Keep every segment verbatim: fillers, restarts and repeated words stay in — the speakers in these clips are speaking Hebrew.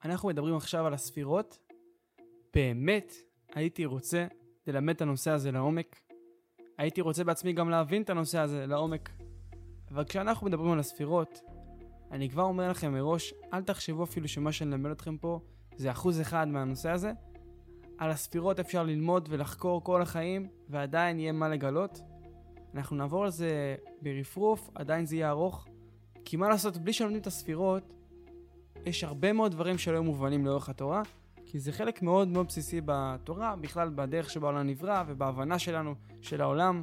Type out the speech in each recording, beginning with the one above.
אנחנו מדברים עכשיו על הספירות. באמת הייתי רוצה ללמד את הנושא הזה לעומק. הייתי רוצה בעצמי גם להבין את הנושא הזה לעומק. אבל כשאנחנו מדברים על הספירות, אני כבר אומר לכם מראש, אל תחשבו אפילו שמה שאני אלמד אתכם פה זה אחוז אחד מהנושא הזה. על הספירות אפשר ללמוד ולחקור כל החיים, ועדיין יהיה מה לגלות. אנחנו נעבור על זה ברפרוף, עדיין זה יהיה ארוך. כי מה לעשות, בלי שלומדים את הספירות, יש הרבה מאוד דברים שלא מובנים לאורך התורה, כי זה חלק מאוד מאוד בסיסי בתורה, בכלל בדרך שבה העולם נברא ובהבנה שלנו של העולם.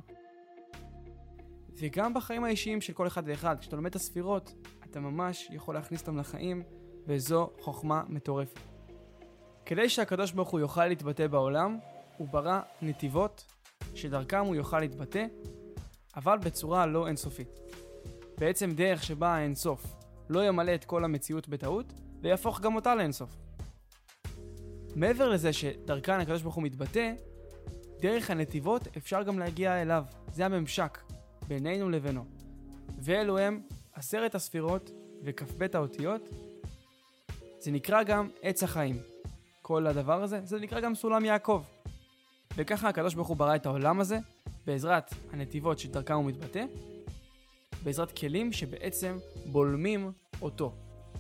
וגם בחיים האישיים של כל אחד ואחד, כשאתה לומד את הספירות, אתה ממש יכול להכניס אותם לחיים, וזו חוכמה מטורפת. כדי שהקדוש ברוך הוא יוכל להתבטא בעולם, הוא ברא נתיבות שדרכם הוא יוכל להתבטא, אבל בצורה לא אינסופית. בעצם דרך שבה האינסוף לא ימלא את כל המציאות בטעות, ויהפוך גם אותה לאינסוף. מעבר לזה שדרכן הקדוש ברוך הוא מתבטא, דרך הנתיבות אפשר גם להגיע אליו. זה הממשק בינינו לבינו. ואלו הם עשרת הספירות וכ"ב האותיות. זה נקרא גם עץ החיים. כל הדבר הזה, זה נקרא גם סולם יעקב. וככה הקדוש ברוך הוא ברא את העולם הזה, בעזרת הנתיבות שדרכם הוא מתבטא, בעזרת כלים שבעצם בולמים אותו.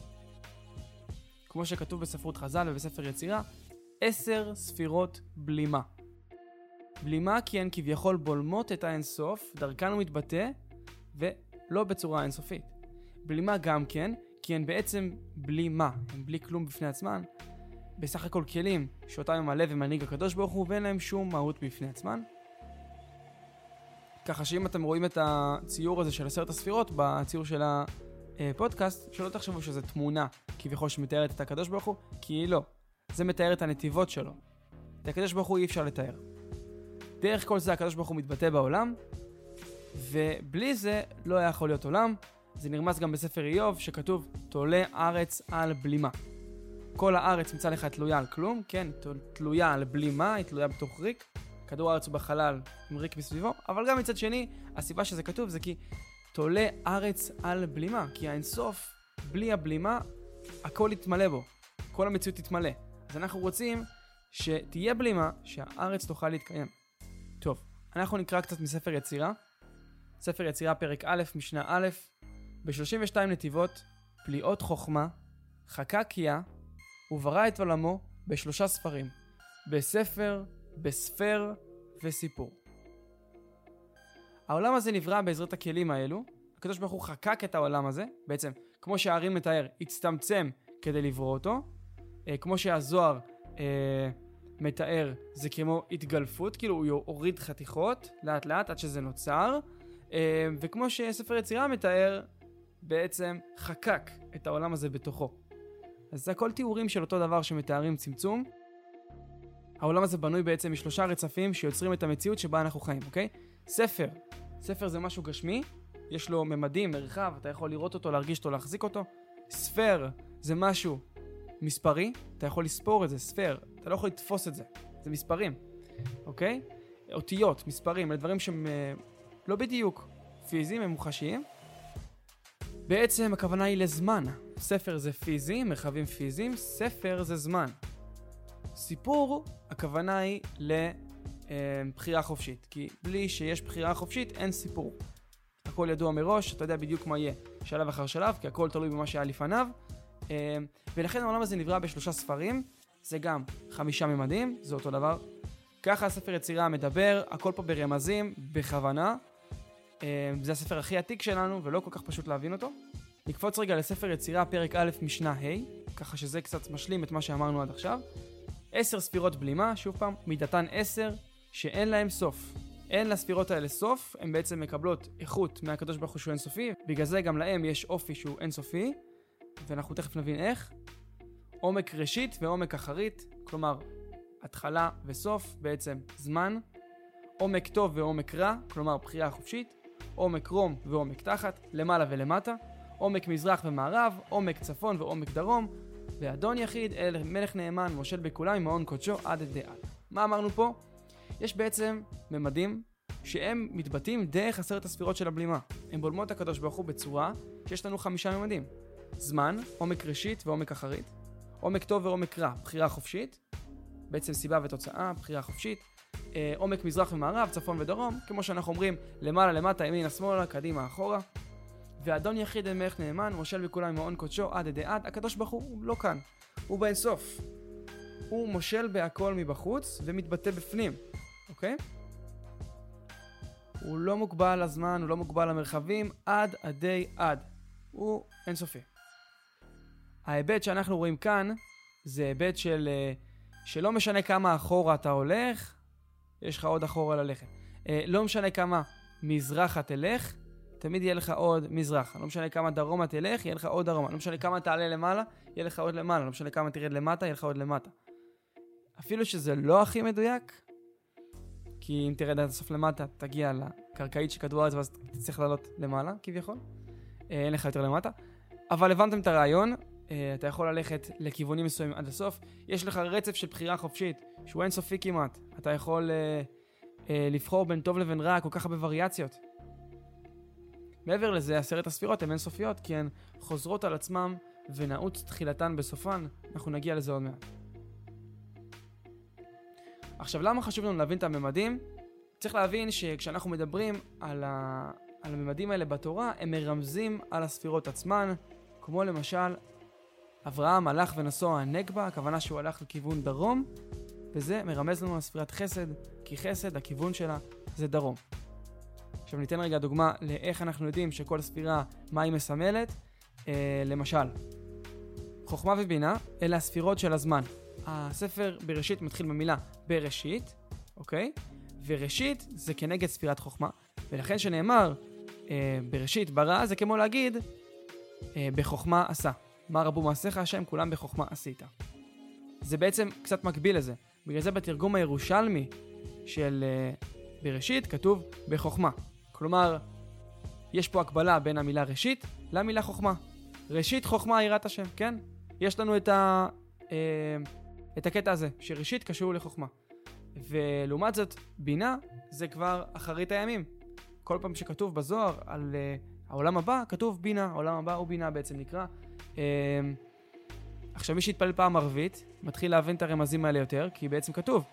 כמו שכתוב בספרות חז"ל ובספר יצירה, עשר ספירות בלימה. בלימה כי הן כביכול בולמות את האינסוף, דרכן הוא מתבטא, ולא בצורה אינסופית. בלימה גם כן, כי הן בעצם בלי מה, הן בלי כלום בפני עצמן, בסך הכל כלים שאותם ממלא ומנהיג הקדוש ברוך הוא, ואין להם שום מהות בפני עצמן. ככה שאם אתם רואים את הציור הזה של עשרת הספירות בציור של הפודקאסט, שלא תחשבו שזה תמונה כביכול שמתארת את הקדוש ברוך הוא, כי לא. זה מתאר את הנתיבות שלו. את הקדוש ברוך הוא אי אפשר לתאר. דרך כל זה הקדוש ברוך הוא מתבטא בעולם, ובלי זה לא היה יכול להיות עולם. זה נרמז גם בספר איוב שכתוב תולה ארץ על בלימה. כל הארץ מצד לך תלויה על כלום, כן, תלויה על בלימה, היא תלויה בתוך ריק. כדור הארץ הוא בחלל עם ריק מסביבו, אבל גם מצד שני, הסיבה שזה כתוב זה כי תולה ארץ על בלימה, כי האינסוף, בלי הבלימה, הכל יתמלא בו, כל המציאות תתמלא. אז אנחנו רוצים שתהיה בלימה, שהארץ תוכל להתקיים. טוב, אנחנו נקרא קצת מספר יצירה. ספר יצירה פרק א', משנה א', ב-שלושים ושתיים נתיבות, פליאות חוכמה, חקקיה, וברא את עולמו בשלושה ספרים, בספר, בספר וסיפור. העולם הזה נברא בעזרת הכלים האלו. הקדוש ברוך הוא חקק את העולם הזה, בעצם כמו שהאר"י מתאר, הצטמצם כדי לברוא אותו, אה, כמו שהזוהר אה, מתאר, זה כמו התגלפות, כאילו הוא הוריד חתיכות לאט לאט עד שזה נוצר, אה, וכמו שספר יצירה מתאר, בעצם חקק את העולם הזה בתוכו. אז זה הכל תיאורים של אותו דבר שמתארים צמצום. העולם הזה בנוי בעצם משלושה רצפים שיוצרים את המציאות שבה אנחנו חיים, אוקיי? ספר. ספר זה משהו גשמי, יש לו ממדים, מרחב, אתה יכול לראות אותו, להרגיש אותו, להחזיק אותו. ספר זה משהו מספרי, אתה יכול לספור את זה, ספר, אתה לא יכול לתפוס את זה, זה מספרים, אוקיי? אותיות, מספרים, אלה דברים שהם לא בדיוק פיזיים, הם מוחשיים. בעצם הכוונה היא לזמן. ספר זה פיזי, מרחבים פיזיים, ספר זה זמן. סיפור, הכוונה היא לבחירה חופשית, כי בלי שיש בחירה חופשית אין סיפור. הכל ידוע מראש, אתה יודע בדיוק מה יהיה שלב אחר שלב, כי הכל תלוי במה שהיה לפניו, ולכן העולם הזה נברא בשלושה ספרים, זה גם חמישה ממדים, זה אותו דבר. ככה הספר יצירה מדבר, הכל פה ברמזים, בכוונה. זה הספר הכי עתיק שלנו, ולא כל כך פשוט להבין אותו. נקפוץ רגע לספר יצירה, פרק א', משנה ה', ככה שזה קצת משלים את מה שאמרנו עד עכשיו. עשר ספירות בלימה, שוב פעם, מידתן עשר, שאין להם סוף. אין לספירות האלה סוף, הן בעצם מקבלות איכות מהקדוש ברוך הוא שהוא אינסופי, בגלל זה גם להם יש אופי שהוא אינסופי, ואנחנו תכף נבין איך. עומק ראשית ועומק אחרית, כלומר, התחלה וסוף, בעצם זמן. עומק טוב ועומק רע, כלומר, בחירה חופשית. עומק רום ועומק תחת, למעלה ולמטה. עומק מזרח ומערב, עומק צפון ועומק דרום, ואדון יחיד, אל מלך נאמן, מושל בכולם, עם מעון קודשו עד דעד. מה אמרנו פה? יש בעצם ממדים שהם מתבטאים דרך עשרת הספירות של הבלימה. הם בולמות הקדוש ברוך הוא בצורה שיש לנו חמישה ממדים. זמן, עומק ראשית ועומק אחרית. עומק טוב ועומק רע, בחירה חופשית, בעצם סיבה ותוצאה, בחירה חופשית, אה, עומק מזרח ומערב, צפון ודרום, כמו שאנחנו אומרים, למעלה למטה, ימינה שמאלה, קדימה אחורה, ואדון יחיד אין מלך נאמן, מושל בכולם ממעון קודשו, עד עדי עד. הקדוש ברוך הוא לא כאן, הוא באינסוף, הוא מושל בהכל מבחוץ ומתבטא בפנים, אוקיי? הוא לא מוגבל לזמן, הוא לא מוגבל למרחבים, עד עדי עד, הוא אינסופי. ההיבט שאנחנו רואים כאן זה היבט של שלא משנה כמה אחורה אתה הולך, יש לך עוד אחורה ללכת. לא משנה כמה מזרחה תלך, תמיד יהיה לך עוד מזרחה. לא משנה כמה דרומה תלך, יהיה לך עוד דרומה. לא משנה כמה תעלה למעלה, יהיה לך עוד למעלה. לא משנה כמה תרד למטה, יהיה לך עוד למטה. אפילו שזה לא הכי מדויק, כי אם תרד עד הסוף למטה, תגיע לקרקעית שכדור הארץ, ואז תצטרך לעלות למעלה, כביכול. אין לך יותר למטה. אבל הבנתם את הרעיון, אתה יכול ללכת לכיוונים מסוימים עד הסוף. יש לך רצף של בחירה חופשית, שהוא אינסופי כמעט. אתה יכול uh, uh, לבחור בין טוב לבין רע, כל כך הרבה וריאציות. מעבר לזה, עשרת הספירות הן אינסופיות, כי הן חוזרות על עצמם ונעוץ תחילתן בסופן. אנחנו נגיע לזה עוד מעט. עכשיו, למה חשוב לנו להבין את הממדים? צריך להבין שכשאנחנו מדברים על, ה... על הממדים האלה בתורה, הם מרמזים על הספירות עצמן, כמו למשל, אברהם הלך ונסוע הנגבה, הכוונה שהוא הלך לכיוון דרום, וזה מרמז לנו על ספירת חסד, כי חסד, הכיוון שלה, זה דרום. עכשיו ניתן רגע דוגמה לאיך אנחנו יודעים שכל ספירה, מה היא מסמלת. אה, למשל, חוכמה ובינה, אלה הספירות של הזמן. הספר בראשית מתחיל במילה בראשית, אוקיי? וראשית זה כנגד ספירת חוכמה, ולכן שנאמר, אה, בראשית ברא, זה כמו להגיד, אה, בחוכמה עשה. מה רבו מעשיך השם, כולם בחוכמה עשית. זה בעצם קצת מקביל לזה. בגלל זה בתרגום הירושלמי של uh, בראשית כתוב בחוכמה. כלומר, יש פה הקבלה בין המילה ראשית למילה חוכמה. ראשית חוכמה יראת השם, כן? יש לנו את, ה, uh, את הקטע הזה, שראשית קשור לחוכמה. ולעומת זאת, בינה זה כבר אחרית הימים. כל פעם שכתוב בזוהר על uh, העולם הבא, כתוב בינה, העולם הבא הוא בינה בעצם נקרא. Uh, עכשיו מי שהתפלל פעם ערבית מתחיל להבין את הרמזים האלה יותר, כי בעצם כתוב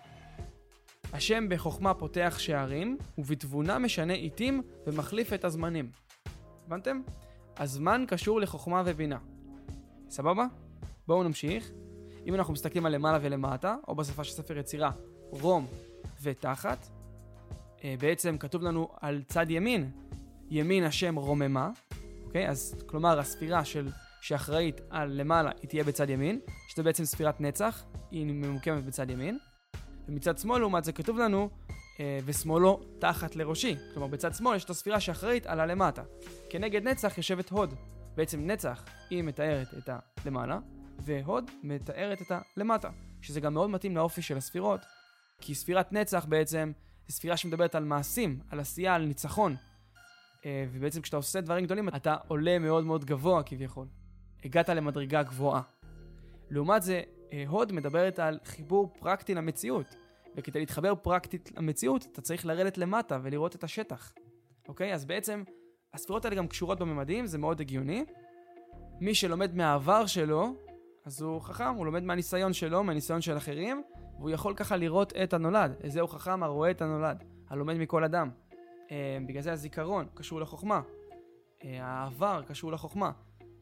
השם בחוכמה פותח שערים ובתבונה משנה עיתים ומחליף את הזמנים. הבנתם? הזמן קשור לחוכמה ובינה. סבבה? בואו נמשיך. אם אנחנו מסתכלים על למעלה ולמטה, או בשפה של ספר יצירה, רום ותחת, uh, בעצם כתוב לנו על צד ימין, ימין השם רוממה, אוקיי? אז כלומר הספירה של שאחראית על למעלה היא תהיה בצד ימין, שזה בעצם ספירת נצח, היא ממוקמת בצד ימין. ומצד שמאל לעומת זה כתוב לנו, אה, ושמאלו תחת לראשי. כלומר בצד שמאל יש את הספירה שאחראית על הלמטה. כנגד נצח יושבת הוד. בעצם נצח היא מתארת את הלמעלה, והוד מתארת את הלמטה. שזה גם מאוד מתאים לאופי של הספירות, כי ספירת נצח בעצם היא ספירה שמדברת על מעשים, על עשייה, על ניצחון. אה, ובעצם כשאתה עושה דברים גדולים, אתה עולה מאוד מאוד גבוה כביכול. הגעת למדרגה גבוהה. לעומת זה, הוד מדברת על חיבור פרקטי למציאות. וכדי להתחבר פרקטית למציאות, אתה צריך לרדת למטה ולראות את השטח. אוקיי? אז בעצם, הספירות האלה גם קשורות בממדים, זה מאוד הגיוני. מי שלומד מהעבר שלו, אז הוא חכם, הוא לומד מהניסיון שלו, מהניסיון של אחרים, והוא יכול ככה לראות את הנולד. זהו חכם הרואה את הנולד, הלומד מכל אדם. בגלל זה הזיכרון קשור לחוכמה. העבר קשור לחוכמה.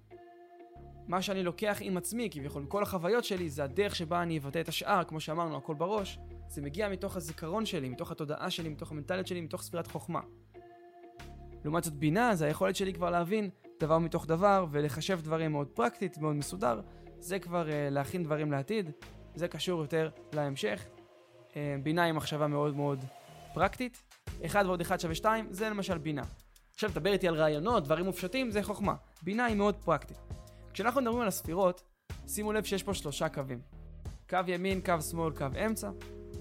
מה שאני לוקח עם עצמי, כביכול, מכל החוויות שלי, זה הדרך שבה אני אבטא את השאר, כמו שאמרנו, הכל בראש. זה מגיע מתוך הזיכרון שלי, מתוך התודעה שלי, מתוך המנטליות שלי, מתוך ספירת חוכמה. לעומת זאת בינה, זה היכולת שלי כבר להבין דבר מתוך דבר, ולחשב דברים מאוד פרקטית, מאוד מסודר. זה כבר uh, להכין דברים לעתיד. זה קשור יותר להמשך. Uh, בינה היא מחשבה מאוד מאוד פרקטית. אחד ועוד אחד שווה שתיים, זה למשל בינה. עכשיו תדבר איתי על רעיונות, דברים מופשטים, זה חוכמה. בינה היא מאוד פרקטית. כשאנחנו מדברים על הספירות, שימו לב שיש פה שלושה קווים. קו ימין, קו שמאל, קו אמצע.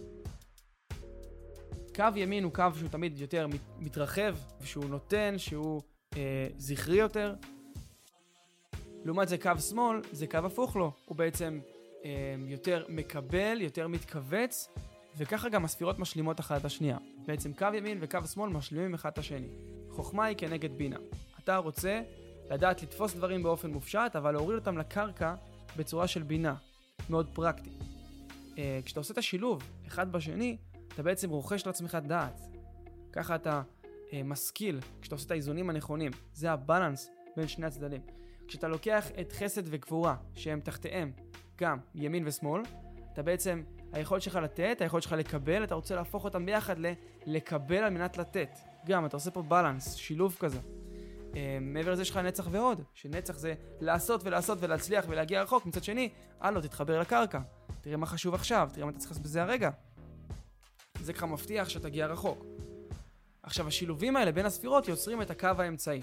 קו ימין הוא קו שהוא תמיד יותר מתרחב, ושהוא נותן, שהוא אה, זכרי יותר. לעומת זה קו שמאל, זה קו הפוך לו. הוא בעצם אה, יותר מקבל, יותר מתכווץ, וככה גם הספירות משלימות אחת את השנייה. בעצם קו ימין וקו שמאל משלימים אחד את השני. חוכמה היא כנגד בינה. אתה רוצה לדעת לתפוס דברים באופן מופשט, אבל להוריד אותם לקרקע בצורה של בינה. מאוד פרקטי. אה, כשאתה עושה את השילוב אחד בשני, אתה בעצם רוכש לעצמך דעת. ככה אתה אה, משכיל כשאתה עושה את האיזונים הנכונים. זה הבלנס בין שני הצדדים. כשאתה לוקח את חסד וגבורה, שהם תחתיהם גם ימין ושמאל, אתה בעצם, היכולת שלך לתת, היכולת שלך לקבל, אתה רוצה להפוך אותם ביחד ל- לקבל על מנת לתת. גם, אתה עושה פה בלנס, שילוב כזה. Uh, מעבר לזה שלך נצח ועוד, שנצח זה לעשות ולעשות ולהצליח ולהגיע רחוק. מצד שני, הלו, תתחבר לקרקע. תראה מה חשוב עכשיו, תראה מה אתה צריך לעשות בזה הרגע. זה ככה מבטיח שתגיע רחוק. עכשיו, השילובים האלה בין הספירות יוצרים את הקו האמצעי.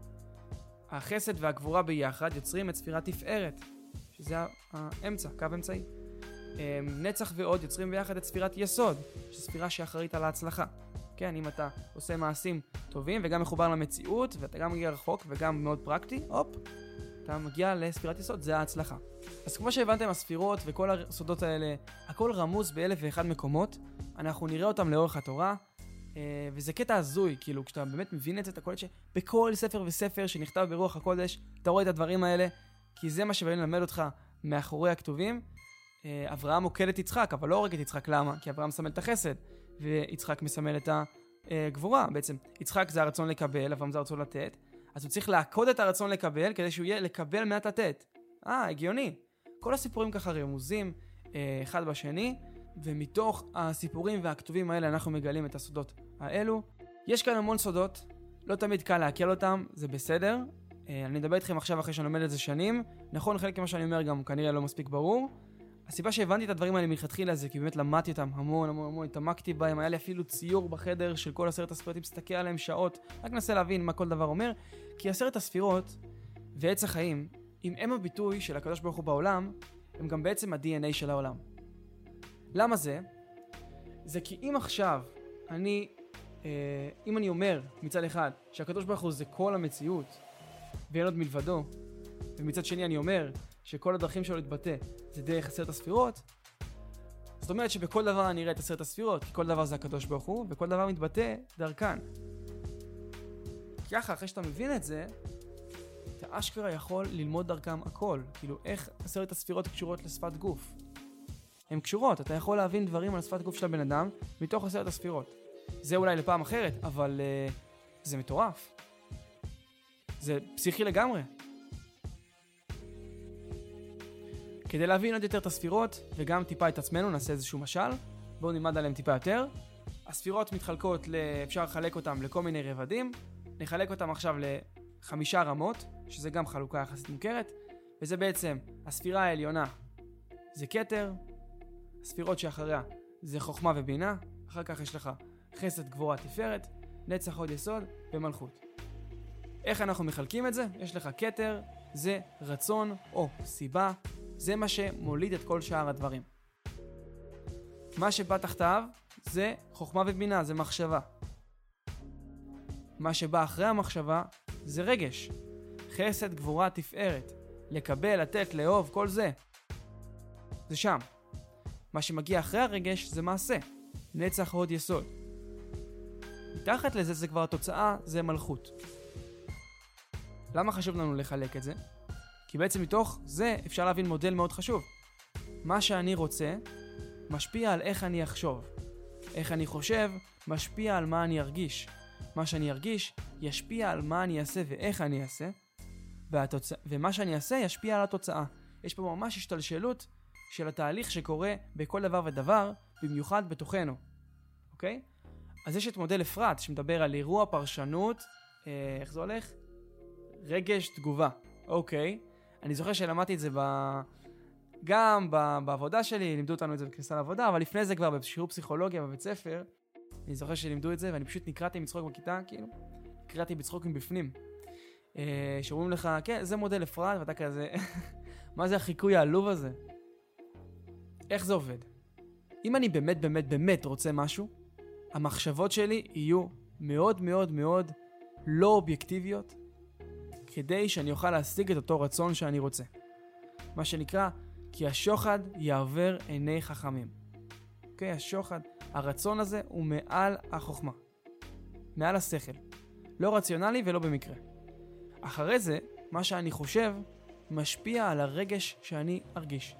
החסד והגבורה ביחד יוצרים את ספירת תפארת, שזה האמצע, קו אמצעי. נצח ועוד יוצרים ביחד את ספירת יסוד, שזו ספירה שאחראית על ההצלחה. כן, אם אתה עושה מעשים טובים וגם מחובר למציאות, ואתה גם מגיע רחוק וגם מאוד פרקטי, הופ, אתה מגיע לספירת יסוד, זה ההצלחה. אז כמו שהבנתם, הספירות וכל הסודות האלה, הכל רמוז באלף ואחד מקומות, אנחנו נראה אותם לאורך התורה, וזה קטע הזוי, כאילו, כשאתה באמת מבין את זה, אתה קולט שבכל ספר וספר שנכתב ברוח הקודש, אתה רואה את הדברים האלה, כי זה מה שבאים ללמד אותך מאחורי הכתובים. אברהם מוקד את יצחק, אבל לא הורג את יצחק, למה? כי אברהם מסמל את החסד, ויצחק מסמל את הגבורה. בעצם, יצחק זה הרצון לקבל, אברהם זה הרצון לתת, אז הוא צריך לעקוד את הרצון לקבל, כדי שהוא יהיה לקבל מעט לתת. אה, הגיוני. כל הסיפורים ככה רמוזים, אחד בשני, ומתוך הסיפורים והכתובים האלה אנחנו מגלים את הסודות האלו. יש כאן המון סודות, לא תמיד קל להקל אותם, זה בסדר. אני אדבר איתכם עכשיו אחרי שאני לומד את זה שנים. נכון, חלק ממה שאני אומר גם כנראה לא מספיק ברור. הסיבה שהבנתי את הדברים האלה מלכתחילה זה כי באמת למדתי אותם המון המון המון, התעמקתי בהם, היה לי אפילו ציור בחדר של כל עשרת הספירות, מסתכל עליהם שעות, רק נסה להבין מה כל דבר אומר, כי עשרת הספירות ועץ החיים, אם הם הביטוי של הקדוש ברוך הוא בעולם, הם גם בעצם ה-די אן איי של העולם. למה זה? זה כי אם עכשיו אני, אה, אם אני אומר מצד אחד שהקדוש ברוך הוא זה כל המציאות ואין עוד מלבדו, ומצד שני אני אומר שכל הדרכים שלו להתבטא זה דרך עשרת הספירות, זאת אומרת שבכל דבר אני אראה את עשרת הספירות, כי כל דבר זה הקדוש ברוך הוא, וכל דבר מתבטא דרכן. ככה, אחרי שאתה מבין את זה, אתה אשכרה יכול ללמוד דרכם הכל. כאילו, איך עשרת הספירות קשורות לשפת גוף? הן קשורות, אתה יכול להבין דברים על שפת גוף של הבן אדם מתוך עשרת הספירות. זה אולי לפעם אחרת, אבל uh, זה מטורף. זה פסיכי לגמרי. כדי להבין עוד יותר את הספירות, וגם טיפה את עצמנו, נעשה איזשהו משל. בואו נלמד עליהם טיפה יותר. הספירות מתחלקות, אפשר לחלק אותם לכל מיני רבדים. נחלק אותם עכשיו לחמישה רמות, שזה גם חלוקה יחסית מוכרת. וזה בעצם, הספירה העליונה זה כתר, הספירות שאחריה זה חוכמה ובינה, אחר כך יש לך חסד, גבורה, תפארת, נצח, הוד, יסוד ומלכות. איך אנחנו מחלקים את זה? יש לך כתר, זה רצון או סיבה, זה מה שמוליד את כל שאר הדברים. מה שבא תחתיו זה חוכמה ובינה, זה מחשבה. מה שבא אחרי המחשבה זה רגש. חסד, גבורה, תפארת. לקבל, לתת, לאהוב, כל זה. זה שם. מה שמגיע אחרי הרגש זה מעשה. נצח, הוד, יסוד. מתחת לזה זה כבר התוצאה, זה מלכות. למה חשוב לנו לחלק את זה? כי בעצם מתוך זה אפשר להבין מודל מאוד חשוב. מה שאני רוצה משפיע על איך אני אחשוב. איך אני חושב משפיע על מה אני ארגיש. מה שאני ארגיש ישפיע על מה אני אעשה ואיך אני אעשה. והתוצא... ומה שאני אעשה ישפיע על התוצאה. יש פה ממש השתלשלות של התהליך שקורה בכל דבר ודבר, במיוחד בתוכנו. אוקיי? אז יש את מודל אפרת שמדבר על אירוע, פרשנות, אה, איך זה הולך? רגש, תגובה. אוקיי. אני זוכר שלמדתי את זה ב... גם ב... בעבודה שלי, לימדו אותנו את זה בכניסה לעבודה, אבל לפני זה כבר בשיעור פסיכולוגיה בבית ספר, אני זוכר שלימדו את זה, ואני פשוט נקראתי מצחוק בכיתה, כאילו, נקראתי בצחוק מבפנים. אה, שאומרים לך, כן, זה מודל אפרת, ואתה כזה, מה זה החיקוי העלוב הזה? איך זה עובד? אם אני באמת באמת באמת רוצה משהו, המחשבות שלי יהיו מאוד מאוד מאוד לא אובייקטיביות, כדי שאני אוכל להשיג את אותו רצון שאני רוצה. מה שנקרא, כי השוחד יעבר עיני חכמים. אוקיי, השוחד, הרצון הזה הוא מעל החוכמה. מעל השכל. לא רציונלי ולא במקרה. אחרי זה, מה שאני חושב, משפיע על הרגש שאני ארגיש.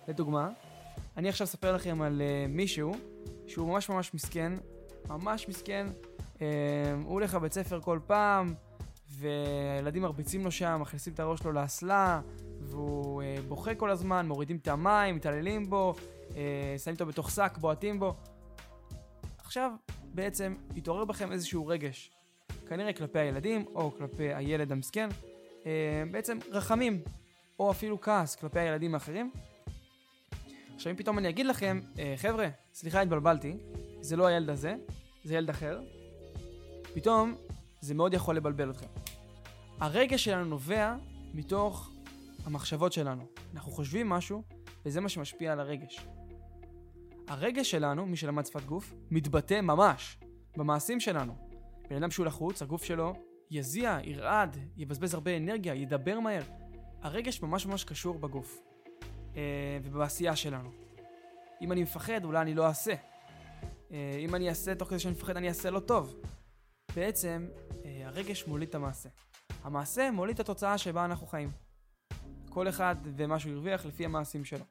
לדוגמה, אני עכשיו אספר לכם על uh, מישהו שהוא ממש ממש מסכן, ממש מסכן, uh, הוא הולך לבית ספר כל פעם, והילדים מרביצים לו שם, מכניסים את הראש שלו לאסלה, והוא uh, בוכה כל הזמן, מורידים את המים, מתעללים בו, uh, שמים אותו בתוך שק, בועטים בו. עכשיו בעצם יתעורר בכם איזשהו רגש, כנראה כלפי הילדים או כלפי הילד המסכן, uh, בעצם רחמים, או אפילו כעס כלפי הילדים האחרים. עכשיו אם פתאום אני אגיד לכם, אה, חבר'ה, סליחה התבלבלתי, זה לא הילד הזה, זה ילד אחר, פתאום זה מאוד יכול לבלבל אתכם. הרגש שלנו נובע מתוך המחשבות שלנו. אנחנו חושבים משהו, וזה מה שמשפיע על הרגש. הרגש שלנו, מי שלמד שפת גוף, מתבטא ממש במעשים שלנו. בן אדם שהוא לחוץ, הגוף שלו יזיע, ירעד, יבזבז הרבה אנרגיה, ידבר מהר. הרגש ממש ממש קשור בגוף. ובעשייה שלנו. אם אני מפחד, אולי אני לא אעשה. אם אני אעשה תוך כדי שאני מפחד, אני אעשה לא טוב. בעצם, הרגש מוליד את המעשה. המעשה מוליד את התוצאה שבה אנחנו חיים. כל אחד ומה שהוא הרוויח לפי המעשים שלו.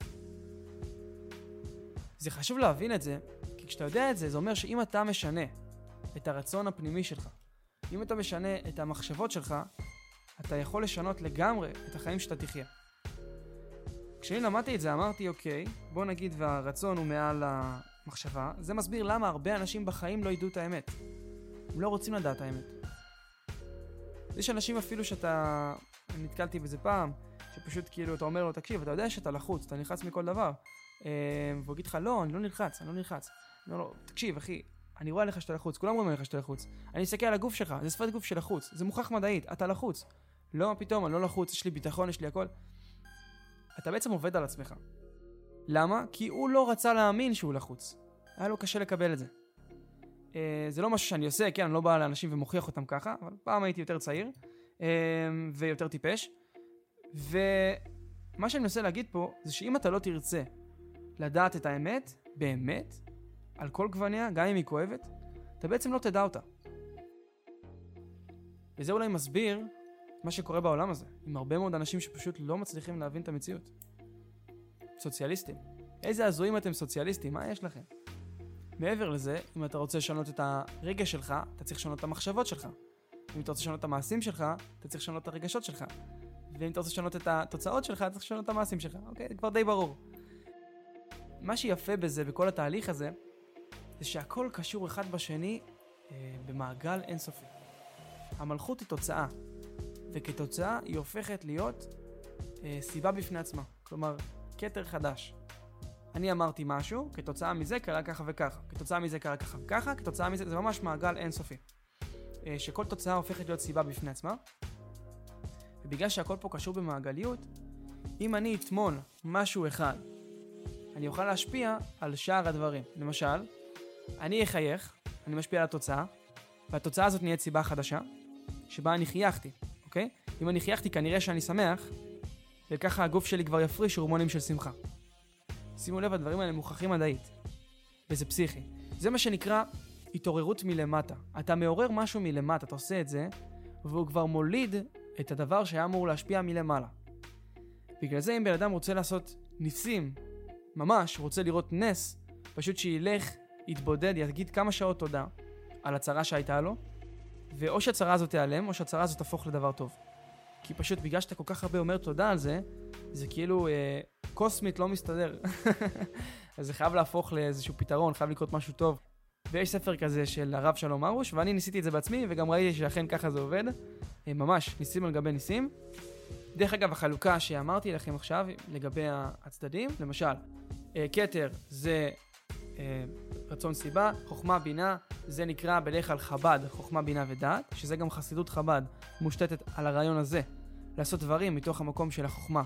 זה חשוב להבין את זה, כי כשאתה יודע את זה, זה אומר שאם אתה משנה את הרצון הפנימי שלך, אם אתה משנה את המחשבות שלך, אתה יכול לשנות לגמרי את החיים שאתה תחיה. כשאני למדתי את זה, אמרתי, אוקיי, בוא נגיד והרצון הוא מעל המחשבה, זה מסביר למה הרבה אנשים בחיים לא ידעו את האמת. הם לא רוצים לדעת האמת. יש אנשים אפילו שאתה, אני נתקלתי בזה פעם, שפשוט כאילו אתה אומר לו, תקשיב, אתה יודע שאתה לחוץ, אתה נלחץ מכל דבר. והוא יגיד לך, לא, אני לא נלחץ, אני לא נלחץ. אני אומר לו, תקשיב, אחי, אני רואה לך שאתה לחוץ, כולם רואים לך שאתה לחוץ. אני אסתכל על הגוף שלך, זה שפת גוף של לחוץ, זה מוכח מדעית, אתה לחוץ. לא, פתאום, אני לא לחוץ, יש לי ביטחון, יש לי הכל. אתה בעצם עובד על עצמך. למה? כי הוא לא רצה להאמין שהוא לחוץ. היה לו קשה לקבל את זה. אה, זה לא משהו שאני עושה, כן, אני לא בא לאנשים ומוכיח אותם ככה, אבל פעם הייתי יותר צעיר, אה, ויותר טיפש. ומה שאני מנסה להגיד פה, זה שאם אתה לא תרצה לדעת את האמת, באמת, על כל גווניה, גם אם היא כואבת, אתה בעצם לא תדע אותה. וזה אולי מסביר מה שקורה בעולם הזה, עם הרבה מאוד אנשים שפשוט לא מצליחים להבין את המציאות. סוציאליסטים. איזה הזויים אתם סוציאליסטים, מה יש לכם? מעבר לזה, אם אתה רוצה לשנות את הרגש שלך, אתה צריך לשנות את המחשבות שלך. אם אתה רוצה לשנות את המעשים שלך, אתה צריך לשנות את הרגשות שלך. ואם אתה רוצה לשנות את התוצאות שלך, אתה צריך לשנות את המעשים שלך. אוקיי, זה כבר די ברור. מה שיפה בזה, בכל התהליך הזה, זה שהכל קשור אחד בשני אה, במעגל אינסופי. המלכות היא תוצאה. וכתוצאה היא הופכת להיות אה, סיבה בפני עצמה. כלומר, כתר חדש. אני אמרתי משהו, כתוצאה מזה קרה ככה וככה. כתוצאה מזה קרה ככה וככה, כתוצאה מזה, זה ממש מעגל אינסופי. אה, שכל תוצאה הופכת להיות סיבה בפני עצמה. ובגלל שהכל פה קשור במעגליות, אם אני אתמון משהו אחד, אני אוכל להשפיע על שאר הדברים. למשל, אני אחייך, אני משפיע על התוצאה, והתוצאה הזאת נהיית סיבה חדשה, שבה אני חייכתי. אוקיי? אם אני חייכתי, כנראה שאני שמח, וככה הגוף שלי כבר יפריש הורמונים של שמחה. שימו לב, הדברים האלה מוכחים מדעית. וזה פסיכי. זה מה שנקרא התעוררות מלמטה. אתה מעורר משהו מלמטה, אתה עושה את זה, והוא כבר מוליד את הדבר שהיה אמור להשפיע מלמעלה. בגלל זה אם בן אדם רוצה לעשות ניסים, ממש רוצה לראות נס, פשוט שילך, יתבודד, יגיד כמה שעות תודה על הצרה שהייתה לו, ואו שהצרה הזאת תיעלם, או שהצרה הזאת תהפוך לדבר טוב. כי פשוט בגלל שאתה כל כך הרבה אומר תודה על זה, זה כאילו אה, קוסמית לא מסתדר. אז זה חייב להפוך לאיזשהו פתרון, חייב לקרות משהו טוב. ויש ספר כזה של הרב שלום ארוש, ואני ניסיתי את זה בעצמי, וגם ראיתי שאכן ככה זה עובד. אה, ממש, ניסים על גבי ניסים. דרך אגב, החלוקה שאמרתי לכם עכשיו לגבי הצדדים, למשל, אה, כתר זה אה, רצון סיבה, חוכמה בינה, זה נקרא בדרך כלל חב"ד, חוכמה בינה ודעת, שזה גם חסידות חב"ד מושתתת על הרעיון הזה, לעשות דברים מתוך המקום של החוכמה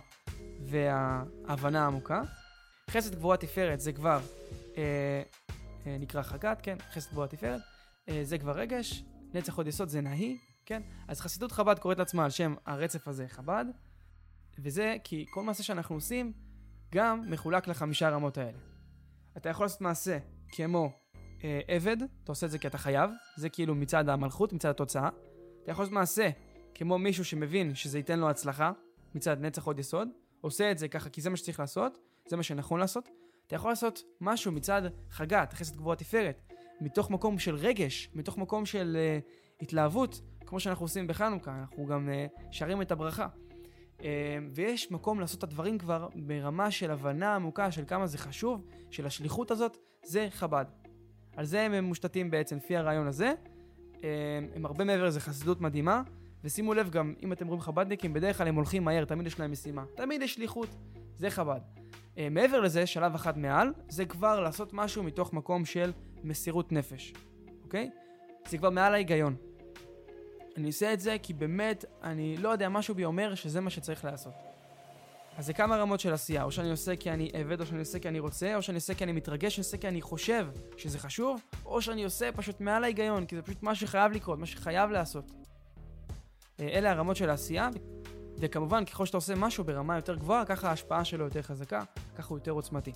וההבנה העמוקה. חסד גבורה תפארת זה כבר אה, אה, נקרא חגת, כן, חסד גבורה תפארת, אה, זה כבר רגש, נצח עוד יסוד זה נהי, כן, אז חסידות חב"ד קוראת לעצמה על שם הרצף הזה חב"ד, וזה כי כל מעשה שאנחנו עושים גם מחולק לחמישה רמות האלה. אתה יכול לעשות מעשה כמו אה, עבד, אתה עושה את זה כי אתה חייב, זה כאילו מצד המלכות, מצד התוצאה. אתה יכול לעשות מעשה כמו מישהו שמבין שזה ייתן לו הצלחה, מצד נצח עוד יסוד, עושה את זה ככה, כי זה מה שצריך לעשות, זה מה שנכון לעשות, אתה יכול לעשות משהו מצד חגת, חסד גבורה תפארת, מתוך מקום של רגש, מתוך מקום של uh, התלהבות, כמו שאנחנו עושים בחנוכה, אנחנו גם uh, שרים את הברכה. Uh, ויש מקום לעשות את הדברים כבר ברמה של הבנה עמוקה של כמה זה חשוב, של השליחות הזאת, זה חב"ד. על זה הם מושתתים בעצם, לפי הרעיון הזה. Uh, הם הרבה מעבר לזה חסידות מדהימה, ושימו לב גם, אם אתם רואים חב"דניקים, בדרך כלל הם הולכים מהר, תמיד יש להם משימה, תמיד יש שליחות, זה חב"ד. Uh, מעבר לזה, שלב אחד מעל, זה כבר לעשות משהו מתוך מקום של מסירות נפש, אוקיי? זה כבר מעל ההיגיון. אני עושה את זה כי באמת, אני לא יודע, משהו בי אומר שזה מה שצריך לעשות. אז זה כמה רמות של עשייה, או שאני עושה כי אני עבד, או שאני עושה כי אני רוצה, או שאני עושה כי אני מתרגש, או שאני עושה כי אני חושב שזה חשוב, או שאני עושה פשוט מעל ההיגיון, כי זה פשוט מה שחייב לקרות, מה שחייב לעשות. אלה הרמות של העשייה, וכמובן, ככל שאתה עושה משהו ברמה יותר גבוהה, ככה ההשפעה שלו יותר חזקה, ככה הוא יותר עוצמתי.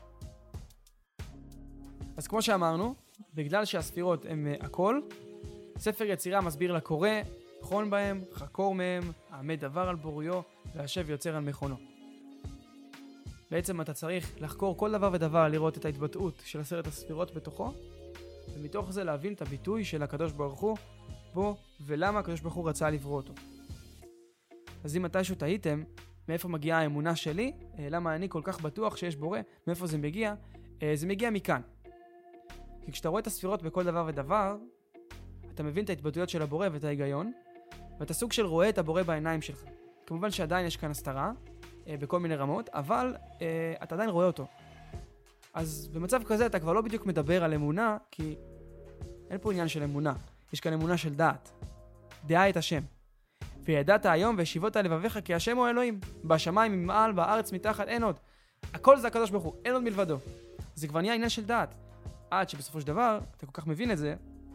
אז כמו שאמרנו, בגלל שהספירות הן הכל, ספר יצירה מסביר לקורא, חון בהם, חקור מהם, העמד דבר על בוריו, והשב יוצר על מכונו. בעצם אתה צריך לחקור כל דבר ודבר, לראות את ההתבטאות של עשרת הספירות בתוכו, ומתוך זה להבין את הביטוי של הקדוש ברוך הוא בו, ולמה הקדוש ברוך הוא רצה לברוא אותו. אז אם מתישהו תהיתם, מאיפה מגיעה האמונה שלי, למה אני כל כך בטוח שיש בורא, מאיפה זה מגיע, זה מגיע מכאן. כי כשאתה רואה את הספירות בכל דבר ודבר, אתה מבין את ההתבטאויות של הבורא ואת ההיגיון, ואתה סוג של רואה את הבורא בעיניים שלך. כמובן שעדיין יש כאן הסתרה, אה, בכל מיני רמות, אבל אה, אתה עדיין רואה אותו. אז במצב כזה אתה כבר לא בדיוק מדבר על אמונה, כי אין פה עניין של אמונה. יש כאן אמונה של דעת. דעה את השם. וידעת היום וישיבות על לבביך כי השם הוא אלוהים. בשמיים ממעל, בארץ מתחת, אין עוד. הכל זה הקדוש ברוך הוא, אין עוד מלבדו. זה כבר נהיה עניין של דעת. עד שבסופו של דבר, אתה כל כך מבין את זה,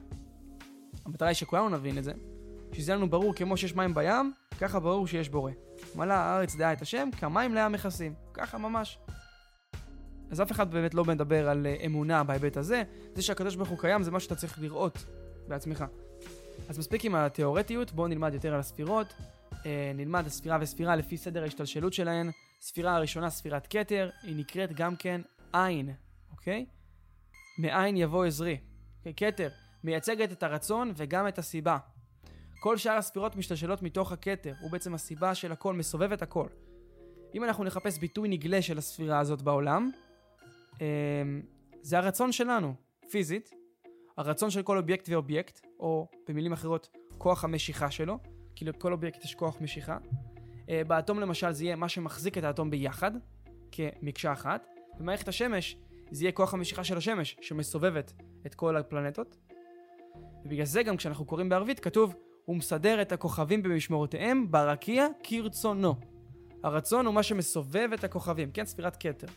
המטרה היא שכולנו נבין את זה, שזה לנו ברור כמו שיש מים בים, ככה ברור שיש בורא. מלא הארץ דעה את השם, כמים לים מכסים. ככה ממש. אז אף אחד באמת לא מדבר על אמונה בהיבט הזה, זה שהקדוש ברוך הוא קיים זה מה שאתה צריך לראות בעצמך. אז מספיק עם התיאורטיות, בואו נלמד יותר על הספירות, אה, נלמד הספירה וספירה לפי סדר ההשתלשלות שלהן. ספירה הראשונה, ספירת כתר, היא נקראת גם כן עין, אוקיי? מעין יבוא עזרי. כתר מייצגת את הרצון וגם את הסיבה. כל שאר הספירות משתלשלות מתוך הכתר, הוא בעצם הסיבה של הכל, מסובב את הכל. אם אנחנו נחפש ביטוי נגלה של הספירה הזאת בעולם, אה, זה הרצון שלנו, פיזית, הרצון של כל אובייקט ואובייקט, או במילים אחרות, כוח המשיכה שלו, כי לכל אובייקט יש כוח משיכה. אה, באטום למשל זה יהיה מה שמחזיק את האטום ביחד, כמקשה אחת. במערכת השמש זה יהיה כוח המשיכה של השמש, שמסובבת את כל הפלנטות. ובגלל זה גם כשאנחנו קוראים בערבית כתוב, הוא מסדר את הכוכבים במשמורותיהם ברקיע כרצונו. הרצון הוא מה שמסובב את הכוכבים, כן? ספירת כתר.